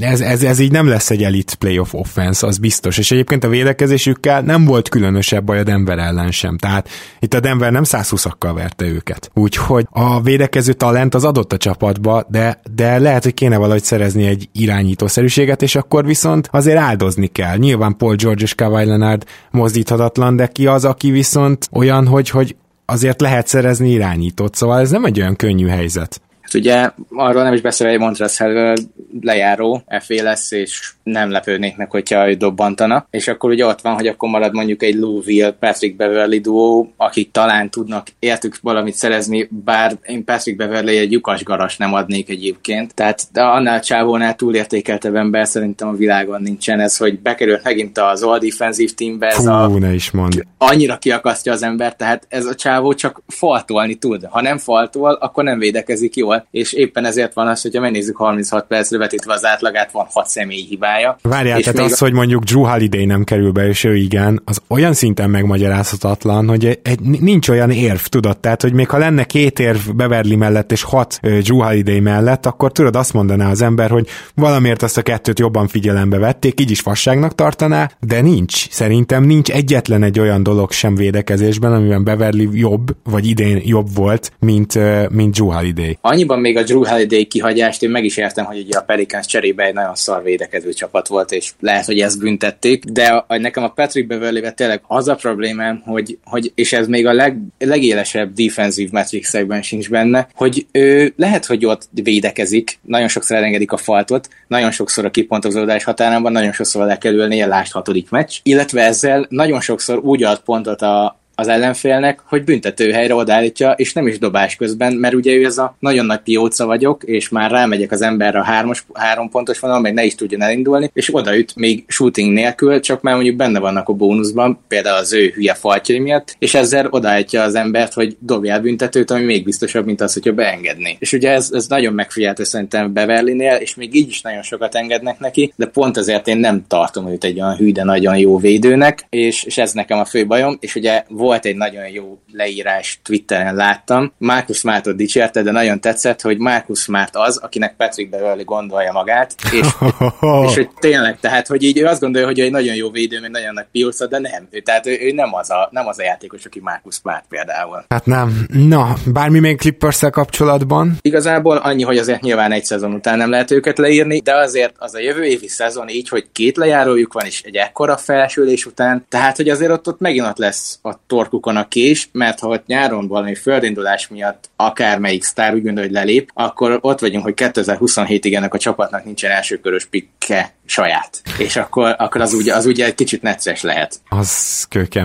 ez így nem lesz egy elite playoff offense, az biztos. És egyébként a védekezésükkel nem volt különösebb baj a Denver ellen sem. Tehát itt a Denver nem 120-akkal verte őket. Úgyhogy a védekező talent az adott a csapatba, de lehet, hogy kéne valahogy szerezni egy irányítószerűséget, és akkor viszont azért áldozni kell. Nyilván Paul George és Kawhi Leonard mozdíthatatlan, de ki az, aki viszont olyan, hogy azért lehet szerezni irányítót, szóval ez nem egy olyan könnyű helyzet. Hát ugye arról nem is beszélve, hogy Montrezl Harrell lejáró FA lesz, és nem lepődnék meg, hogyha ő dobbantana. És akkor ugye ott van, hogy akkor marad mondjuk egy Lou Will, Patrick Beverley duó, akik talán tudnak értük valamit szerezni, bár én Patrick Beverley egy lyukas garas nem adnék egyébként. Tehát de annál csávónál túlértékeltebb ember szerintem a világon nincsen ez, hogy bekerült megint az All Defensive Teambe. Ne is mond. Annyira kiakasztja az ember, tehát ez a csávó csak faltolni tud. Ha nem faltol, akkor nem védekezik jól. És éppen ezért van az, hogyha megnézzük 36 percre vetítve az átlagát, van 6 személyi hibája. Várjál, tehát az, hogy mondjuk Drew Holiday nem kerül be, és ő igen, az olyan szinten megmagyarázhatatlan, hogy nincs olyan érv, tudod, tehát, hogy még ha lenne 2 érv Beverly mellett, és 6 Drew Holiday mellett, akkor tudod, azt mondaná az ember, hogy valamiért azt a 2-t jobban figyelembe vették, így is fasságnak tartaná, de nincs. Szerintem nincs egyetlen egy olyan dolog sem védekezésben, amiben Beverly jobb, vagy idén jobb volt, mint Drew Holiday. Annyiban még a Drew Holiday kihagyást én meg is értem, hogy ugye a Pelicans cserébe egy nagyon szar védekező csapat volt, és lehet, hogy ezt büntették, de nekem a Patrick Beverley-vel tényleg az a problémám, hogy és ez még a legélesebb defensive metricsekben sincs benne, hogy ő lehet, hogy ott védekezik, nagyon sokszor elengedik a faltot, nagyon sokszor a kipontozódás határában, nagyon sokszor le kell ülnie, lásd 6. meccs, illetve ezzel nagyon sokszor úgy ad pontot az ellenfélnek, hogy büntetőhelyre odállítja, és nem is dobás közben, mert ugye ő ez a nagyon nagy pióca vagyok, és már rámegyek az emberre a 3 pontos vonal, meg ne is tudjon elindulni, és odaüt még shooting nélkül, csak már mondjuk benne vannak a bónuszban, például az ő hülye faltjai miatt, és ezzel odaállítja az embert, hogy dobjál büntetőt, ami még biztosabb, mint az, hogyha beengedné. És ugye ez nagyon megfigyelhető szerintem Beverlynél, és még így is nagyon sokat engednek neki, de pont ezért én nem tartom őt egy olyan hű, de nagyon jó védőnek, és ez nekem a fő bajom, és ugye volt egy nagyon jó leírás, Twitteren láttam. Marcus Smartot dicsérte, de nagyon tetszett, hogy Marcus Smart az, akinek Patrick Beverley gondolja magát, és hogy tényleg, tehát, hogy így ő azt gondolja, hogy ő egy nagyon jó védő, meg nagyon nagy pióca, de nem. Tehát ő nem az a játékos, aki Marcus Smart például. Hát nem. Na, bármi még Clippers-szel kapcsolatban? Igazából annyi, hogy azért nyilván egy szezon után nem lehet őket leírni, de azért az a jövő évi szezon így, hogy 2 lejárójuk van, és egy ekkora felsülés után, tehát, hogy azért ott megint ott lesz a torkukon a kés, mert ha ott nyáron valami földindulás miatt akármelyik sztár úgy gondolja, hogy lelép, akkor ott vagyunk, hogy 2027-ig ennek a csapatnak nincsen elsőkörös pikke saját. És akkor az ugye egy kicsit necces lehet. Az kőkemény.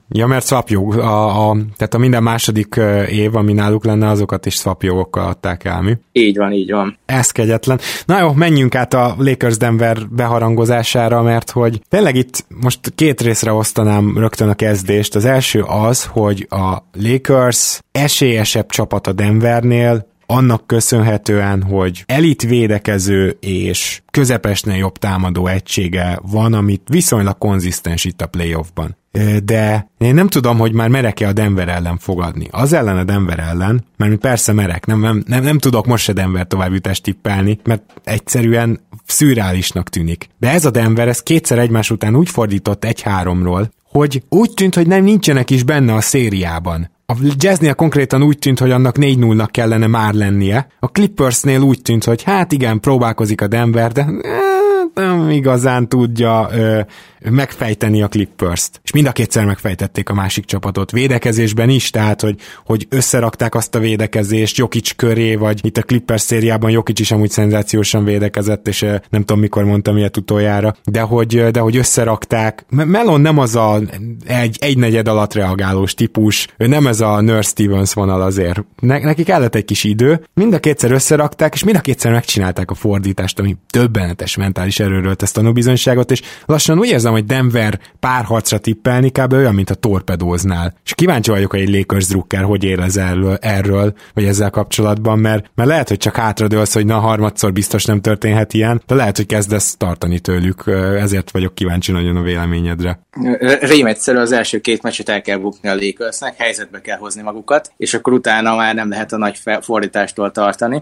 Ja, mert swapjog, tehát a minden második év, ami náluk lenne, azokat is swapjogokkal adták el, mi? Így van, így van. Ez kegyetlen. Na jó, menjünk át a Lakers-Denver beharangozására, mert hogy tényleg itt most két részre osztanám rögtön a kezdést. Az első az, hogy a Lakers esélyesebb csapat a Denvernél, annak köszönhetően, hogy elit védekező és közepesnél jobb támadó egysége van, amit viszonylag konzisztens itt a playoffban. De én nem tudom, hogy már merek-e a Denver ellen fogadni. Az ellen a Denver ellen, mert persze merek, nem tudok most se Denver továbbjutást tippelni, mert egyszerűen szürreálisnak tűnik. De ez a Denver, ez kétszer egymás után úgy fordított 1-3-ról, hogy úgy tűnt, hogy nem nincsenek is benne a szériában. A Jazznél konkrétan úgy tűnt, hogy annak 4-0-nak kellene már lennie. A Clippersnél úgy tűnt, hogy hát igen, próbálkozik a Denver, de nem igazán tudja megfejteni a Clippers-t. És mind a kétszer megfejtették a másik csapatot. Védekezésben is, tehát, hogy összerakták azt a védekezést Jokic köré, vagy itt a Clippers szériában Jokic is amúgy szenzációsan védekezett, és nem tudom, mikor mondtam ilyet utoljára, de hogy összerakták. Melon nem az egy negyed alatt reagálós típus, ő nem ez a Nurse Stevens vonal azért. Neki kellett egy kis idő, mind a kétszer összerakták, és mind a kétszer megcsinálták a fordítást, ami többenetes mentális erőről tesz tanúbizonyságot, és lassan úgy érzem, hogy Denver párharcra tippelni kb. Olyan, mint a torpedóznál. És kíváncsi vagyok, hogy egy Lakers drukker hogy érez erről, vagy ezzel kapcsolatban, mert lehet, hogy csak hátradőlsz, hogy na harmadszor biztos nem történhet ilyen, de lehet, hogy kezdesz tartani tőlük, ezért vagyok kíváncsi nagyon a véleményedre. Rém egyszerű, az első két meccset el kell bukni a Lakersnek, helyzetbe kell hozni magukat, és akkor utána már nem lehet a nagy fordítástól tartani.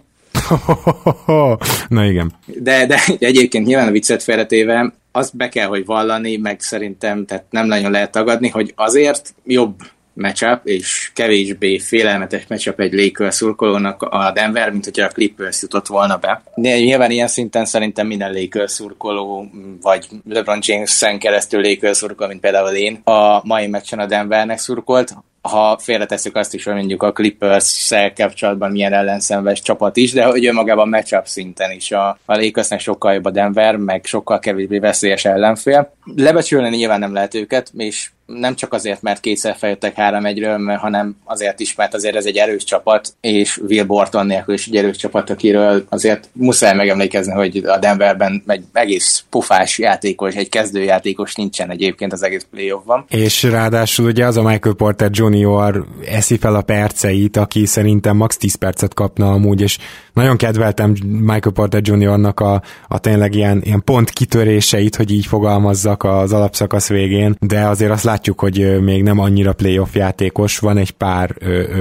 Na igen. De egyébként nyilván a viccet félretéve azt be kell, hogy vallani, meg szerintem tehát nem nagyon lehet tagadni, hogy azért jobb matchup és kevésbé félelmetes matchup egy Lakers szurkolónak a Denver, mint hogyha a Clippers jutott volna be. De nyilván ilyen szinten szerintem minden Lakers szurkoló, vagy LeBron James-en keresztül Lakers szurkoló, mint például én, a mai meccsen a Denvernek szurkolt. Ha félretesszük azt is, hogy mondjuk a Clippers-szel kapcsolatban milyen ellenszenves csapat is, de hogy önmagában matchup szinten is a Lakersnek sokkal jobb a Denver, meg sokkal kevésbé veszélyes ellenfél. Lebecsülni nyilván nem lehet őket, és nem csak azért, mert kétszer feljöttek 3-1-ről, hanem azért is, mert azért ez egy erős csapat, és Will Borton nélkül is egy erős csapat, akiről azért muszáj megemlékezni, hogy a Denverben egy egész pufás játékos, egy kezdőjátékos nincsen egyébként az egész playoffban. És ráadásul ugye az a Michael Porter Jr. eszi fel a perceit, aki szerintem max 10 percet kapna amúgy, és nagyon kedveltem Michael Porter Jr.-nak a tényleg ilyen pont kitöréseit, hogy így fogalmazzak az alapszakasz végén, de azért azt látjuk, hogy még nem annyira playoff játékos, van egy pár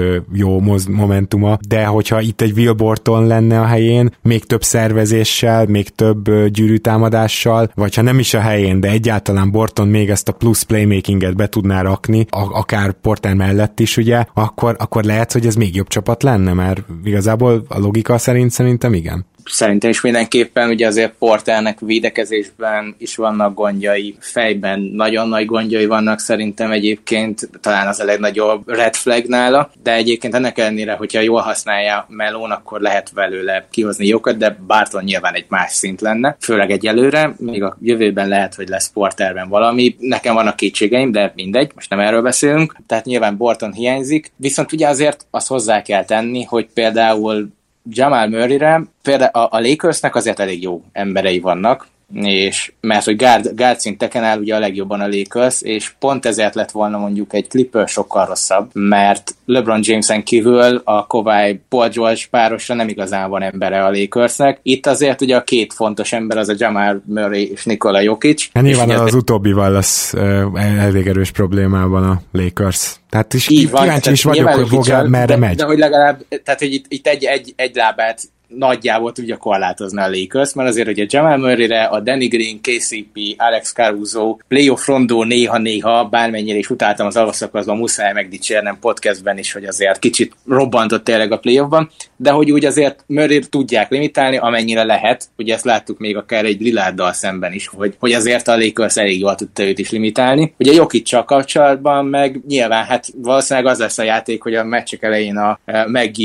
jó momentuma, de hogyha itt egy Will Borton lenne a helyén, még több szervezéssel, még több gyűrűtámadással, vagy ha nem is a helyén, de egyáltalán Borton még ezt a plusz playmakinget be tudná rakni, akár Porter mellett is, ugye, akkor lehet, hogy ez még jobb csapat lenne, mert igazából a logika szerint szerintem igen. Szerintem is mindenképpen, ugye azért Porternek védekezésben is vannak gondjai, fejben nagyon nagy gondjai vannak szerintem egyébként, talán az a legnagyobb red flag nála, de egyébként ennek ellenére, hogyha jól használja Melón, akkor lehet belőle kihozni jókat, de Barton nyilván egy más szint lenne, főleg egyelőre, még a jövőben lehet, hogy lesz Porterben valami, nekem vannak kétségeim, de mindegy, most nem erről beszélünk, tehát nyilván Borton hiányzik, viszont ugye azért azt hozzá kell tenni, hogy például Jamal Murrayre, például a Lakersnek azért elég jó emberei vannak, és mert hogy guard szinteken áll ugye a legjobban a Lakers, és pont ezért lett volna mondjuk egy Clipper sokkal rosszabb, mert LeBron Jameson kívül a Kawhi Paul George párosra nem igazán van embere a Lakersnek. Itt azért ugye a két fontos ember az a Jamal Murray és Nikola Jokic. Hát nyilván az utóbbival lesz elég erős problémában a Lakers. Tehát is kíváncsi is vagyok, hogy merre megy. De hogy legalább, tehát hogy itt egy lábát nagyjából tudja korlátozni a Lakers, mert azért, hogy a Jamal Murrayre, a Danny Green, KCP, Alex Caruso, playoff Rondo néha-néha, bármennyire is utáltam az alapszakaszban, muszáj megdicsérnem podcastben is, hogy azért kicsit robbantott tényleg a playoffban, de hogy úgy azért Murray tudják limitálni, amennyire lehet, ugye ezt láttuk még akár egy Lillarddal szemben is, hogy azért a Lakers elég jól tudta őt is limitálni. Ugye Jokic-sal kapcsolatban meg nyilván hát valószínűleg az lesz a játék, hogy a meccsek elején a Maggie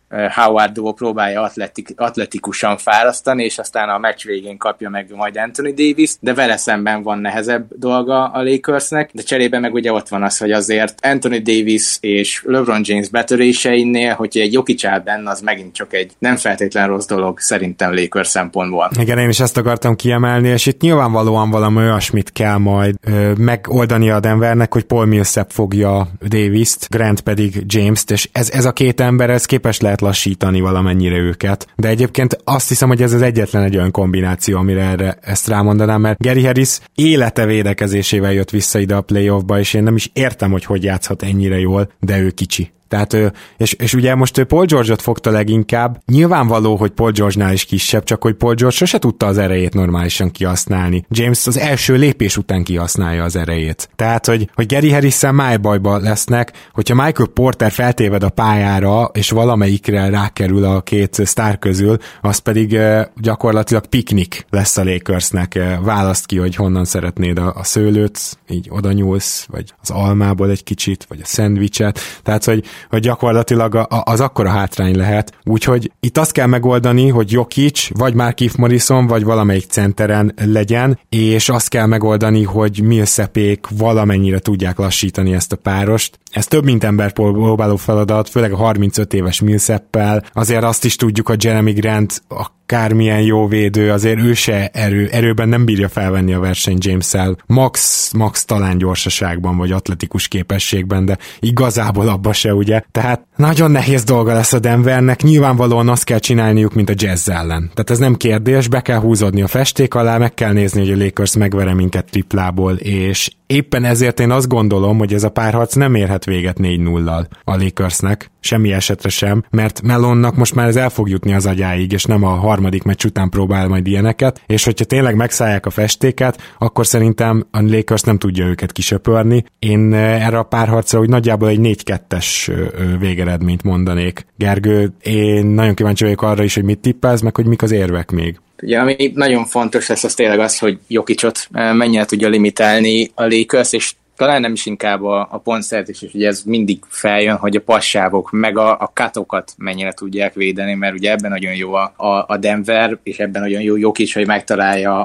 Howard duo próbálja atletikusan fárasztani, és aztán a meccs végén kapja meg majd Anthony Davis, de vele szemben van nehezebb dolga a Lakersnek, de cserébe meg ugye ott van az, hogy azért Anthony Davis és LeBron James betöréseinél, hogyha egy Jokic áll benne, az megint csak egy nem feltétlen rossz dolog szerintem Lakers szempontból. Igen, én is ezt akartam kiemelni, és itt nyilvánvalóan valami olyasmit kell majd megoldani a Denvernek, hogy Paul Millsap fogja Davist, Grant pedig James-t, és ez a két ember, ez képes lehet lassítani valamennyire őket. De egyébként azt hiszem, hogy ez az egyetlen egy olyan kombináció, amire ezt rámondanám, mert Gary Harris élete védekezésével jött vissza ide a playoffba, és én nem is értem, hogy játszhat ennyire jól, de ő kicsi. Tehát, és ugye most Paul George-ot fogta leginkább. Nyilvánvaló, hogy Paul George-nál is kisebb, csak hogy Paul George sose tudta az erejét normálisan kihasználni. James az első lépés után kihasználja az erejét. Tehát, hogy Gary Harris-szel májbajba lesznek, hogyha Michael Porter feltéved a pályára, és valamelyikre rákerül a két sztár közül, az pedig gyakorlatilag piknik lesz a Lakersnek. Választ ki, hogy honnan szeretnéd a szőlőt, így oda nyúlsz, vagy az almából egy kicsit, vagy a szendvicset. Tehát, hogy gyakorlatilag az akkora hátrány lehet. Úgyhogy itt azt kell megoldani, hogy Jokic, vagy Markieff Morrison, vagy valamelyik centeren legyen, és azt kell megoldani, hogy Millsapék valamennyire tudják lassítani ezt a párost. Ez több mint ember próbáló feladat, főleg a 35 éves Millsappel. Azért azt is tudjuk, hogy Jeremy Grant akármilyen jó védő, azért ő se erőben nem bírja felvenni a versenyt James-szel. Max talán gyorsaságban, vagy atletikus képességben, de igazából abba se, ugye. Tehát nagyon nehéz dolga lesz a Denvernek, nyilvánvalóan azt kell csinálniuk, mint a Jazz ellen. Tehát ez nem kérdés, be kell húzódni a festék alá, meg kell nézni, hogy a Lakers megvere minket triplából, és éppen ezért én azt gondolom, hogy ez a párharc nem érhet véget 4-0-lal a Lakersnek, semmi esetre sem, mert Melonnak most már ez el fog jutni az agyáig, és nem a harmadik meccs után próbál majd ilyeneket, és hogyha tényleg megszállják a festéket, akkor szerintem a Lakers nem tudja őket kisöpörni. Én erre a párharcra úgy nagyjából egy 4-2-es végeredményt mondanék. Gergő, én nagyon kíváncsi vagyok arra is, hogy mit tippelsz, meg hogy mik az érvek még. Ugye, ami nagyon fontos lesz, az tényleg az, hogy Jokicot mennyire tudja limitálni a Lakers, és talán nem is inkább a pontszerzés, és ugye ez mindig feljön, hogy a passávok meg a cutokat mennyire tudják védeni, mert ugye ebben nagyon jó a Denver, és ebben nagyon jó Jokic, hogy megtalálja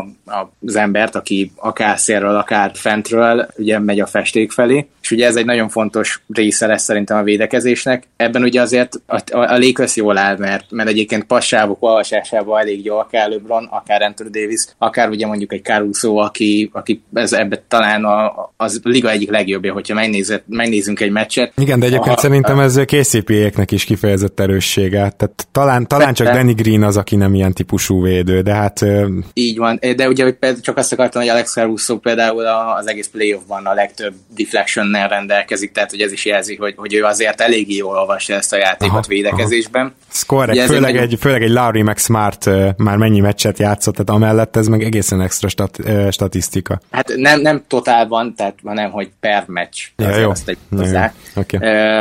az embert, aki akár szélről, akár fentről ugye megy a festék felé, és ugye ez egy nagyon fontos része lesz szerintem a védekezésnek. Ebben ugye azért a Lakers jól áll, mert egyébként passávok olvasásában elég jó, akár LeBron, akár Anthony Davis, akár ugye mondjuk egy Caruso, aki ebben talán az liga egyik legjobbja, hogyha megnézzünk egy meccset. Igen, de egyébként szerintem ez KCP-éknek is kifejezett erőssége. Tehát talán csak Danny Green az, aki nem ilyen típusú védő, de hát... Így van, de ugye csak azt akartam, hogy Alex Caruso például az egész playoffban a legtöbb deflectionnel rendelkezik, tehát hogy ez is jelzi, hogy ő azért eléggé jól olvassa ezt a játékot védekezésben. Ez korrekt, főleg egy Lowry meg Smart már mennyi meccset játszott, tehát amellett ez meg egészen extra statisztika. Hát nem totálban, tehát hanem, hogy per meccs. Ja, azt egy hozzá. Okay.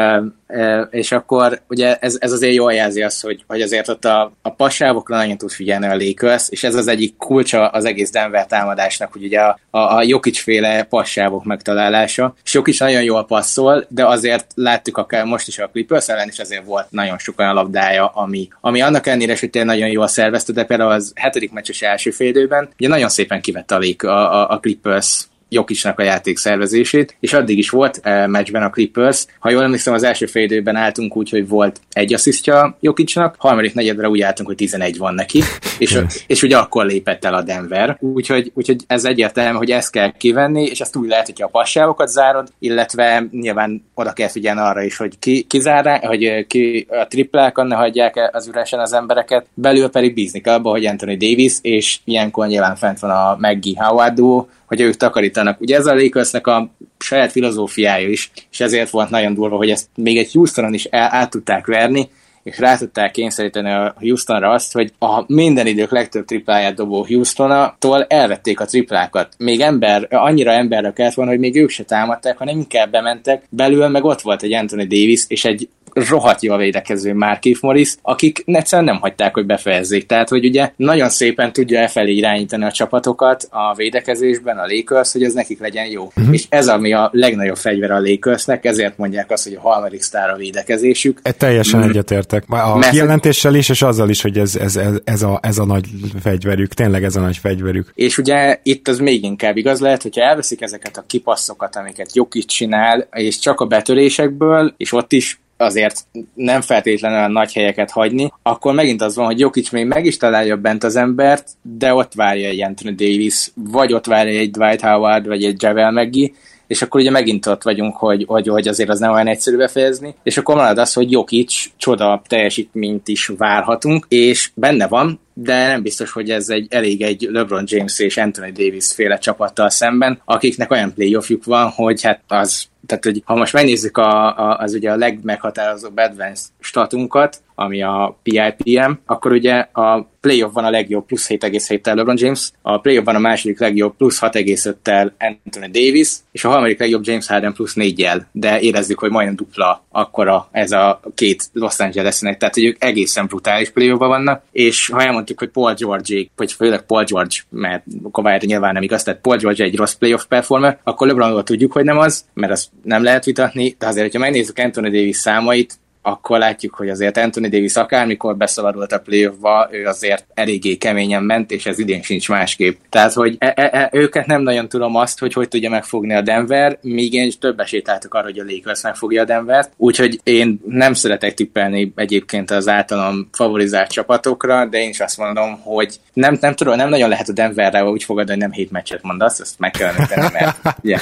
És akkor ugye ez azért jól jelzi azt, hogy azért ott a passávokra nagyon tud figyelni a Lakers, és ez az egyik kulcsa az egész Denver támadásnak, hogy ugye a Jokic-féle passávok megtalálása. És Jokic nagyon jól passzol, de azért láttuk akár most is a Clippers ellen, és azért volt nagyon sok olyan labdája, ami annak ellenére, hogy tényleg nagyon jól szervezte, de például az 7. meccses első félidőben ugye nagyon szépen kivette a Clippers Jokicnak a játék szervezését, és addig is volt meccsben a Clippers. Ha jól emlékszem, az első fél időben álltunk úgy, hogy volt egy asszisztja Jokicnak, harmadik negyedre úgy álltunk, hogy 11 van neki, és ugye akkor lépett el a Denver. Úgyhogy ez egyértelmű, hogy ezt kell kivenni, és ezt úgy lehet, hogyha a passávokat zárod, illetve nyilván oda kell figyelni arra is, hogy ki zárá, hogy ki a triplákat ne hagyják az üresen az embereket, belül pedig bízni kell abba, hogy Anthony Davis, és ilyenkor nyilván fent van a Maggie Howard duo, hogy ők takarítanak. Ugye ez a Lakersnek a saját filozófiája is, és ezért volt nagyon durva, hogy ezt még egy Houstonon is át tudták verni, és rá tudták kényszeríteni a Houstonra azt, hogy a minden idők legtöbb tripláját dobó Houstontól elvették a triplákat. Még annyira emberre kellett volna, hogy még ők se támadták, hanem inkább bementek. Belül meg ott volt egy Anthony Davis, és egy rohadt jól védekező Markieff Morris, akik egyszerűen nem hagyták, hogy befejezzék. Tehát, hogy ugye nagyon szépen tudja elfelé irányítani a csapatokat a védekezésben, a Lakers, hogy ez nekik legyen jó. És ez ami a legnagyobb fegyver a Lakersnek, ezért mondják azt, hogy a harmadik sztár a védekezésük. Teljesen egyetértek. A kijelentéssel is, és azzal is, hogy ez a nagy fegyverük, tényleg ez a nagy fegyverük. És ugye itt az még inkább igaz lehet, hogyha elveszik ezeket a kipasszokat, amiket Jokic csinál, és csak a betörésekből, és ott is azért nem feltétlenül olyan nagy helyeket hagyni, akkor megint az van, hogy Jokic még meg is találja bent az embert, de ott várja egy Anthony Davis, vagy ott várja egy Dwight Howard, vagy egy Javel McGee, és akkor ugye megint ott vagyunk, hogy azért az nem olyan egyszerű befejezni, és akkor marad az, hogy Jokic csoda teljesítményt is várhatunk, és benne van, de nem biztos, hogy ez elég egy LeBron James és Anthony Davis féle csapattal szemben, akiknek olyan playoffjuk van, hogy hát az, tehát hogy ha most megnézzük az ugye a legmeghatározóbb advanced statunkat, ami a PIPM, akkor ugye a playoff van a legjobb plusz 7,7-tel LeBron James, a playoff van a második legjobb plusz 6,5-tel Anthony Davis, és a harmadik legjobb James Harden plusz 4-jel, de érezzük, hogy majdnem dupla akkora ez a két Los Angelesnek, tehát hogy ők egészen brutális playoffban vannak, és ha elmondtuk, hogy Paul George, vagy főleg Paul George, mert Kawhi nyilván nem igaz, tehát Paul George egy rossz playoff performer, akkor LeBronról tudjuk, hogy nem az, mert azt nem lehet vitatni, de azért, hogyha megnézzük Anthony Davis számait, akkor látjuk, hogy azért Anthony Davis akármikor beszabadult a playoffba, ő azért eléggé keményen ment, és ez idén sincs másképp. Tehát, hogy őket nem nagyon tudom azt, hogy tudja megfogni a Denver, míg én több esélyt látok arra, hogy a Lakers megfogja a Denvert. Úgyhogy én nem szeretek tippelni egyébként az általam favorizált csapatokra, de én is azt mondom, hogy nem tudom, nem nagyon lehet a Denverre úgy fogadni, hogy nem 7 meccset mondasz, ezt meg kell említeni, mert yeah.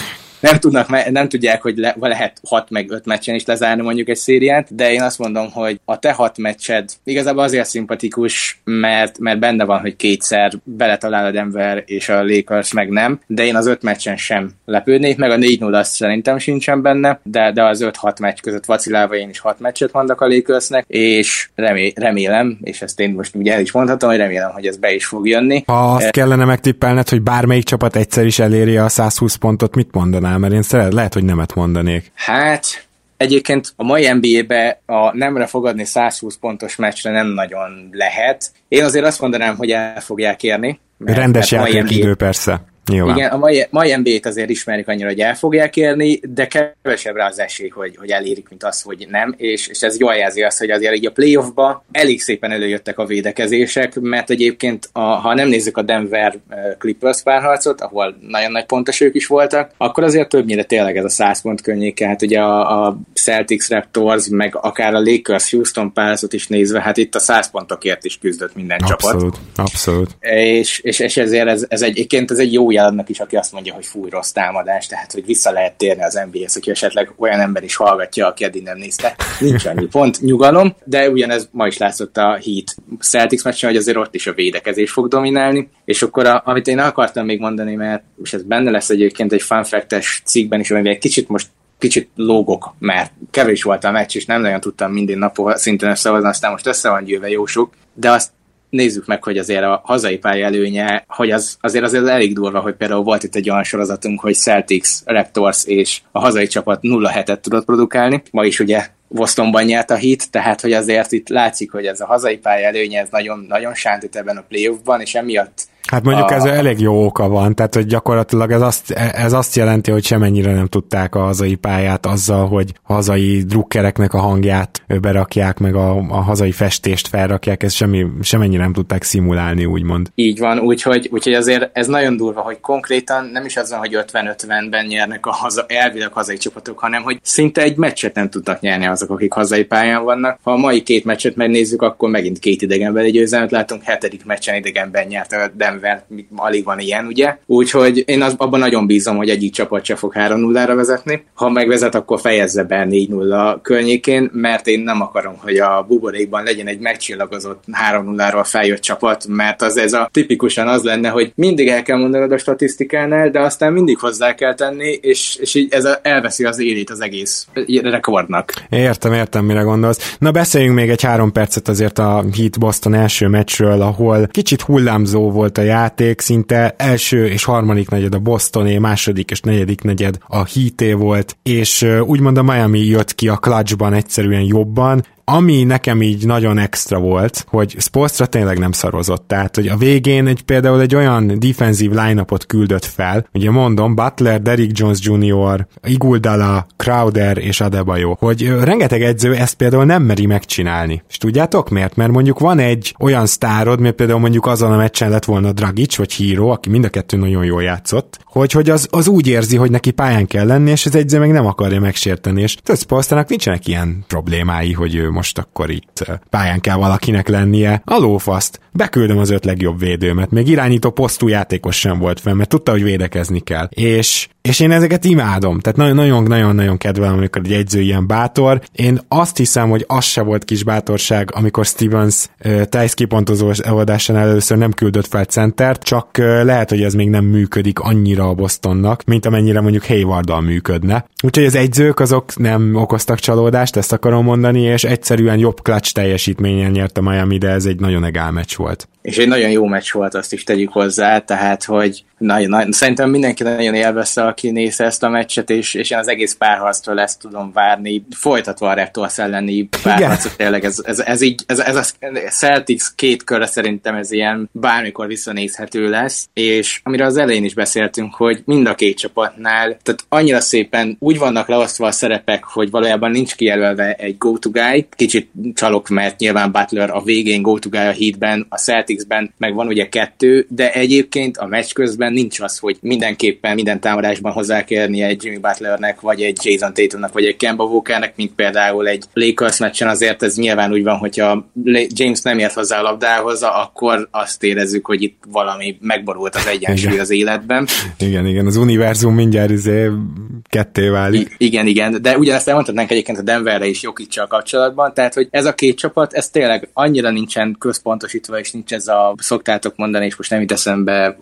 Nem tudják, hogy lehet 6 meg 5 meccsen is lezárni mondjuk egy szériát, de én azt mondom, hogy a te 6 meccsed igazából azért szimpatikus, mert benne van, hogy kétszer beletalál a Denver és a Lakers meg nem, de én az 5 meccsen sem lepődnék, meg a 4-0 azt szerintem sincsen benne, de az 5-6 meccs között vacilálva én is 6 meccset mondok a Lakersnek, és remélem, és ezt én most ugye el is mondhatom, hogy remélem, hogy ez be is fog jönni. Ha azt kellene megtippelned, hogy bármelyik csapat egyszer is eléri a 120 pontot, mit mondanál? Mert én lehet, hogy nemet mondanék. Hát, egyébként a mai NBA-be a nemre fogadni 120 pontos meccsre nem nagyon lehet. Én azért azt mondanám, hogy el fogják érni. Rendes játékidő persze. Nyilván. Igen, a mai NBA-t azért ismerik annyira, hogy el fogják érni, de kevesebb rá az esély, hogy elérik, mint az, hogy nem, és ez jól jelzi azt, hogy azért így a playoffba elég szépen előjöttek a védekezések, mert egyébként ha nem nézzük a Denver Clippers párharcot, ahol nagyon nagy pontosők is voltak, akkor azért többnyire tényleg ez a 100 pont környéke, hát ugye a Celtics Raptors, meg akár a Lakers Houston párharcot is nézve, hát itt a 100 pontokért is küzdött minden csapat. Abszolút. És ezért ez egy jó jelennek is, aki azt mondja, hogy fúj, rossz támadás, tehát hogy vissza lehet térni az NBA-hez, hogyha esetleg olyan ember is hallgatja, aki eddig nem nézte. Nincs annyi pont, nyugalom, de ugyanez ma is látszott a Heat Celtics meccsen, hogy azért ott is a védekezés fog dominálni, és akkor amit én akartam még mondani, mert és ez benne lesz egyébként egy fun fact-es cikkben is, amivel kicsit lógok, mert kevés volt a meccs, és nem nagyon tudtam minden nap szintén összehozni, aztán most össze van gyűlve jó sok, de azt nézzük meg, hogy azért a hazai pálya előnye, hogy azért elég durva, hogy például volt itt egy olyan sorozatunk, hogy Celtics, Raptors és a hazai csapat 0-7-et tudott produkálni. Ma is ugye Bostonban nyert a Heat, tehát hogy azért itt látszik, hogy ez a hazai pálya előnye, ez nagyon, nagyon sántít ebben a playoffban, és emiatt hát mondjuk ez elég jó oka van, tehát hogy gyakorlatilag ez azt jelenti, hogy semennyire nem tudták a hazai pályát azzal, hogy hazai drukkereknek a hangját berakják, meg a hazai festést felrakják, ezt semennyire nem tudták szimulálni, úgymond. Így van, úgyhogy azért ez nagyon durva, hogy konkrétan nem is az van, hogy 50-50-ben nyernek elvileg hazai csapatok, hanem hogy szinte egy meccset nem tudnak nyerni azok, akik hazai pályán vannak. Ha a mai 2 meccset megnézzük, akkor megint 2 idegenbeli győzelmet látunk, 7. meccsen idegenben nyert a Denver, alig van ilyen, ugye? Úgyhogy én abban nagyon bízom, hogy egyik csapat se fog 3-0-ra vezetni. Ha megvezet, akkor fejezze be 4-0 környékén, mert én nem akarom, hogy a buborékban legyen egy megcsillagozott 3-0-ról feljött csapat, mert ez a tipikusan az lenne, hogy mindig el kell mondanod a statisztikánál, de aztán mindig hozzá kell tenni, és így elveszi az élét az egész rekordnak. Értem, mire gondolsz. Na beszéljünk még egy 3 percet azért a Heat Boston első meccsről, ahol kicsit hullámzó volt a játék, szinte első és harmadik negyed a Bostoné, második és negyedik negyed a Heaté volt, és úgymond a Miami jött ki a clutchban egyszerűen jobban. Ami nekem így nagyon extra volt, hogy Spoelstra tényleg nem szarozott, tehát hogy a végén például egy olyan defensív line-upot küldött fel, ugye mondom, Butler, Derrick Jones Jr., Iguodala, Crowder és Adebayo, hogy rengeteg edző ezt például nem meri megcsinálni. És tudjátok miért? Mert mondjuk van egy olyan sztárod, mert például mondjuk azon a meccsen lett volna Dragic vagy Hero, aki mind a kettő nagyon jól játszott, hogy az úgy érzi, hogy neki pályán kell lenni, és az edző meg nem akarja megsérteni, és Spoelstrának nincsenek ilyen problémái, hogy ő most akkor itt pályán kell valakinek lennie. A lófaszt, beküldöm az 5 legjobb védőmet, még irányító posztú játékos sem volt fenn, mert tudta, hogy védekezni kell. És én ezeket imádom, tehát nagyon-nagyon kedvelem, amikor egy edző ilyen bátor. Én azt hiszem, hogy az se volt kis bátorság, amikor Stevens Tice kipontozós adásán először nem küldött fel centert, csak lehet, hogy ez még nem működik annyira a Bostonnak, mint amennyire mondjuk Haywarddal működne. Úgyhogy az edzők azok nem okoztak csalódást, ezt akarom mondani, és egyszerűen jobb clutch teljesítményen nyert a Miami, de ez egy nagyon egál meccs volt. És egy nagyon jó meccs volt, azt is tegyük hozzá, tehát, hogy szerintem mindenki nagyon élvezte, aki nézte ezt a meccset, és én az egész párharctól ezt tudom várni, folytatva a Raptors elleni párharcot, tényleg ez a Celtics 2 körre szerintem ez ilyen bármikor visszanézhető lesz, és amire az elején is beszéltünk, hogy mind a két csapatnál, tehát annyira szépen úgy vannak leosztva a szerepek, hogy valójában nincs kijelölve egy go-to guy, kicsit csalok, mert nyilván Butler a végén go-to guy a Heatben, a Celticsben meg van ugye 2, de egyébként a meccs közben nincs az, hogy mindenképpen minden támadásban hozzá kell érni egy Jimmy Butlernek, vagy egy Jason Tatumnak, vagy egy Kemba Walkernek, mint például egy Lakers meccsen, azért ez nyilván úgy van, hogyha James nem ért hozzá a labdához, akkor azt érezzük, hogy itt valami megborult az egyensúly az életben. Igen, az univerzum mindjárt ketté válik. Igen, de ugyanezt elmondhatnánk egyébként a Denverre is Jokic-sal kapcsolatban, tehát hogy ez a két csapat, ez tényleg annyira nincsen központosítva, és nincs ez a, szoktátok mondani, és most nem jut eszembe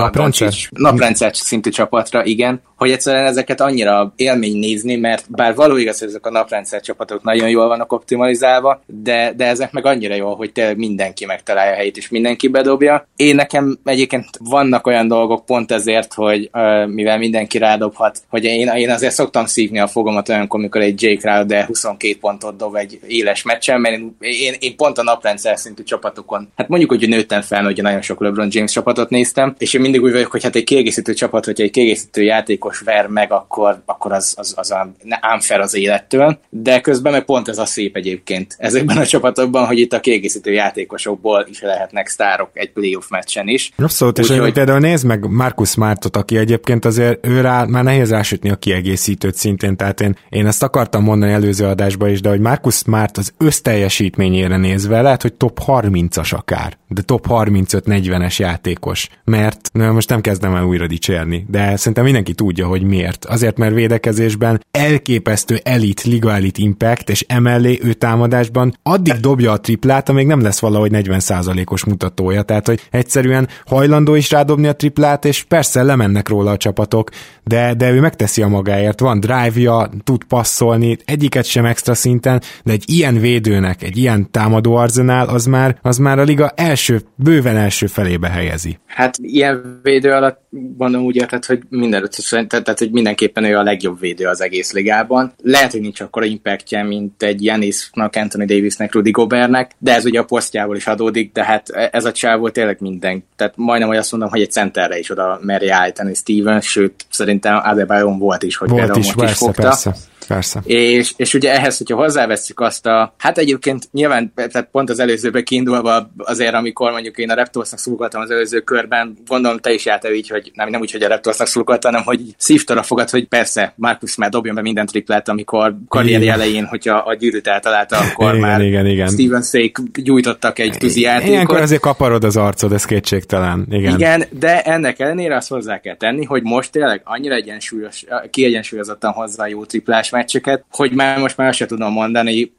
naprendszer szintű csapatra, igen, hogy egyszerűen ezeket annyira élmény nézni, mert bár való igaz, hogy ezek a naprendszer csapatok nagyon jól vannak optimalizálva, de ezek meg annyira jól, hogy tényleg mindenki megtalálja a helyét, és mindenki bedobja. Én nekem egyébként vannak olyan dolgok pont ezért, hogy mivel mindenki rádobhat, hogy én azért szoktam szívni a fogomat olyankor, amikor egy Jay Crowder 22 pontot dob egy éles meccsen, mert én pont a naprendszer szintű csapatokon, hát mondjuk, hogy nőttem fel, hogy nagyon sok LeBron James csapatot néztem, és én mindig úgy vagyok, hogy hát egy kiegészítő csapat, hogyha egy kiegészítő játékos ver meg, akkor az unfair az élettől, de közben meg pont ez a szép egyébként ezekben a csapatokban, hogy itt a kiegészítő játékosokból is lehetnek sztárok egy playoff meccsen is. Abszolút, és például nézd meg Marcus Smartot, aki egyébként azért ő rá már nehéz rásütni a kiegészítőt szintén, tehát én ezt akartam mondani előző adásban is, de hogy Marcus Smart az összteljesítményére nézve lehet, hogy top 30-as akár, de top 35-40-es játékos, mert most nem kezdem el újra dicsérni, de szerintem mindenki tudja, hogy miért. Azért, mert védekezésben elképesztő liga elit impact, és emellé ő támadásban addig dobja a triplát, amíg nem lesz valahogy 40%-os mutatója, tehát hogy egyszerűen hajlandó is rádobni a triplát, és persze lemennek róla a csapatok, de ő megteszi a magáért, van drive-ja, tud passzolni, egyiket sem extra szinten, de egy ilyen védőnek, egy ilyen támadó arzenál, az már a liga bőven első felébe helyezi. Hát ilyen védő alatt mondom úgy érted, hogy tehát hogy mindenképpen ő a legjobb védő az egész ligában. Lehet, hogy nincs akkora impactje, mint egy Giannisnak, Anthony Davisnek, Rudy Gobertnek, de ez ugye a posztjából is adódik, de hát ez a csávó tényleg minden. Tehát majdnem, hogy azt mondom, hogy egy centerre is oda merje állítani Stevens, sőt, szerintem Adebayon volt is, hogy például most is fogta. Persze. És ugye ehhez, hogyha hozzáveszünk azt hát egyébként nyilván, tehát pont az előzőben kiindulva azért, amikor mondjuk én a Raptorsnak szurkoltam az előző körben, gondolom te is jártál így, hogy nem úgy, hogy a Raptorsnak szurkoltam, hanem hogy szívtora fogad, hogy persze, Marcus már dobjon be minden triplát, amikor karrieri elején, hogyha a gyűrűt eltalálta, akkor igen. Stevensék gyújtottak egy tuzi játékot. Ilyenkor azért kaparod az arcod, ez kétségtelen. Igen, de ennek ellenére azt hozzá kell tenni, hogy most tényleg annyira kiegyensúlyozottan hozzá jó triplás meccseket, hogy most már azt sem tudom mondani, amit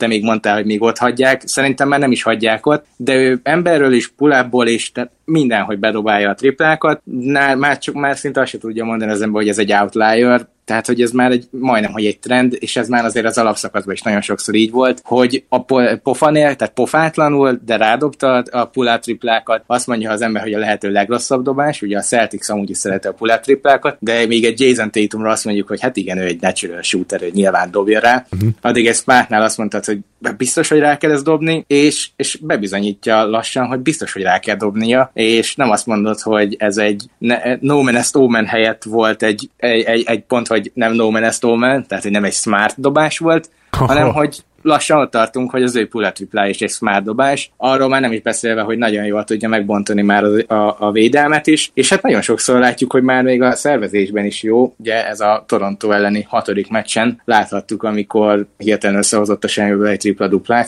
te még mondtál, hogy még ott hagyják, szerintem már nem is hagyják ott, de ő emberről is, pull-upból is, tehát mindenhogy bedobálja a triplákat, már szinte azt se tudja mondani az ember, hogy ez egy outlier, tehát, hogy ez már majdnem, hogy egy trend, és ez már azért az alapszakaszban is nagyon sokszor így volt, hogy a pofanél, tehát pofátlanul, de rádobta a pull-up triplákat, azt mondja az ember, hogy a lehető legrosszabb dobás, ugye a Celtics amúgy is szereti a pull-up triplákat, de még egy Jason Tatumra azt mondjuk, hogy hát igen, ő egy natural shooter, hogy nyilván dobja rá. Addig egy Smartnál azt mondtad, hogy biztos, hogy rá kell ezt dobni, és bebizonyítja lassan, hogy biztos, hogy rá kell dobnia, és nem azt mondod, hogy ez egy no man est omen helyett volt egy pont, hogy nem no man est omen, tehát hogy nem egy smart dobás volt, hanem hogy lassan ott tartunk, hogy az ő pull-up triplá is egy smart dobás. Arról már nem is beszélve, hogy nagyon jól tudja megbontani már a védelmet is, és hát nagyon sokszor látjuk, hogy már még a szervezésben is jó. Ugye ez a Toronto elleni 6. meccsen láthattuk, amikor hirtelen összehozott a semmiből egy tripla-duplát,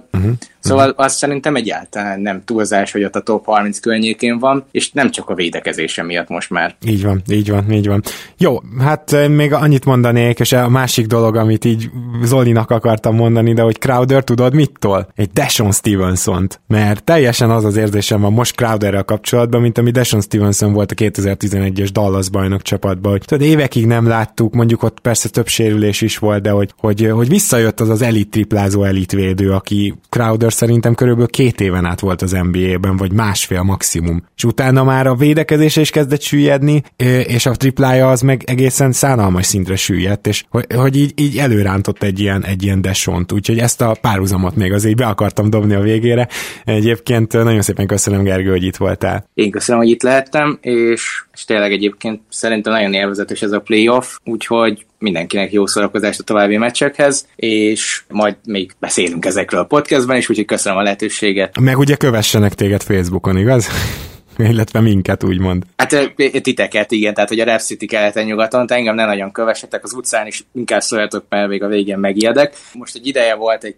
szóval azt szerintem egyáltalán nem túlzás, hogy ott a top 30 környékén van, és nem csak a védekezése miatt most már. Így van. Jó, hát még annyit mondanék, és a másik dolog, amit így Zolinak akartam mondani, de hogy Crowder tudod mittől? Egy Deshaun Stevenson-t, mert teljesen az érzésem van most Crowderrel kapcsolatban, mint ami Deshaun Stevenson volt a 2011-es Dallas bajnok csapatban, hogy tudod, évekig nem láttuk, mondjuk ott persze több sérülés is volt, de hogy visszajött az elit triplázó elitvédő, aki Crowder szerintem körülbelül 2 éven át volt az NBA-ben, vagy másfél maximum. És utána már a védekezése is kezdett süllyedni, és a triplája az meg egészen szánalmas szintre süllyedt, és hogy így előrántott egy ilyen Deshaun-t, úgyhogy ezt a párhuzamot még azért be akartam dobni a végére. Egyébként nagyon szépen köszönöm, Gergő, hogy itt voltál. Én köszönöm, hogy itt lehettem, és tényleg egyébként szerintem nagyon élvezetes ez a playoff, úgyhogy mindenkinek jó szórakozást a további meccsekhez, és majd még beszélünk ezekről a podcastben is, úgyhogy köszönöm a lehetőséget. Meg ugye kövessenek téged Facebookon, igaz? Illetve minket, úgymond. Hát titeket, igen, tehát hogy a Rep City keleten-nyugaton, engem ne nagyon kövessetek, az utcán is inkább szóljatok, mert még a végén megijedek. Most egy ideje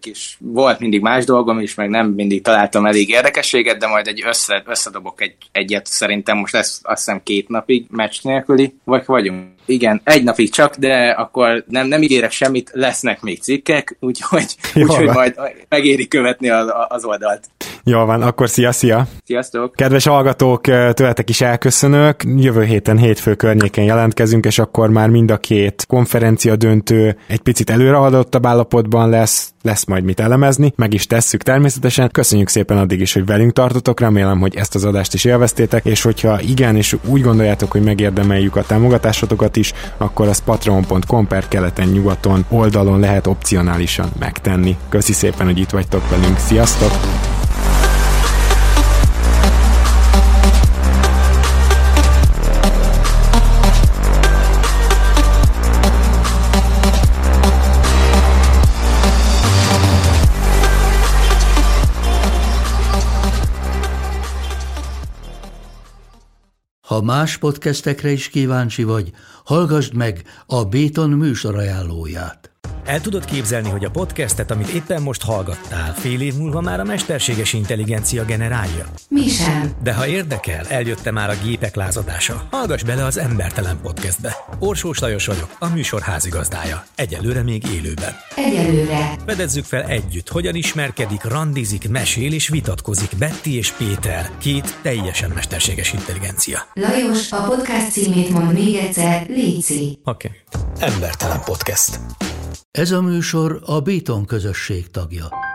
volt mindig más dolgom is, meg nem mindig találtam elég érdekességet, de majd összedobok egyet, szerintem most lesz azt hiszem 2 napig meccs nélküli, vagyunk. Igen, 1 napig csak, de akkor nem ígérek semmit, lesznek még cikkek, úgyhogy majd megéri követni az oldalt. Jól van, akkor szia! Sziasztok! Kedves hallgatók, tőletek is elköszönök. Jövő héten hétfő környéken jelentkezünk, és akkor már mind a 2 konferencia döntő egy picit előrehaladottabb állapotban lesz majd mit elemezni, meg is tesszük természetesen. Köszönjük szépen addig is, hogy velünk tartotok, remélem, hogy ezt az adást is élveztétek, és hogyha igen, és úgy gondoljátok, hogy megérdemeljük a támogatásotokat is, akkor az patreon.com/keleten-nyugaton oldalon lehet opcionálisan megtenni. Köszi szépen, hogy itt vagytok velünk. Sziasztok! Ha más podcastekre is kíváncsi vagy, hallgassd meg a Béton műsor ajánlóját. El tudod képzelni, hogy a podcastet, amit éppen most hallgattál, fél év múlva már a mesterséges intelligencia generálja? Mi sem. De ha érdekel, eljött már a gépek lázadása. Hallgass bele az Embertelen Podcastbe. Orsós Lajos vagyok, a műsor házigazdája. Egyelőre még élőben. Egyelőre. Fedezzük fel együtt, hogyan ismerkedik, randizik, mesél és vitatkozik Betty és Péter, 2 teljesen mesterséges intelligencia. Lajos, a podcast címét mond még egyszer, léci. Oké. Embertelen Podcast. Ez a műsor a Béton közösség tagja.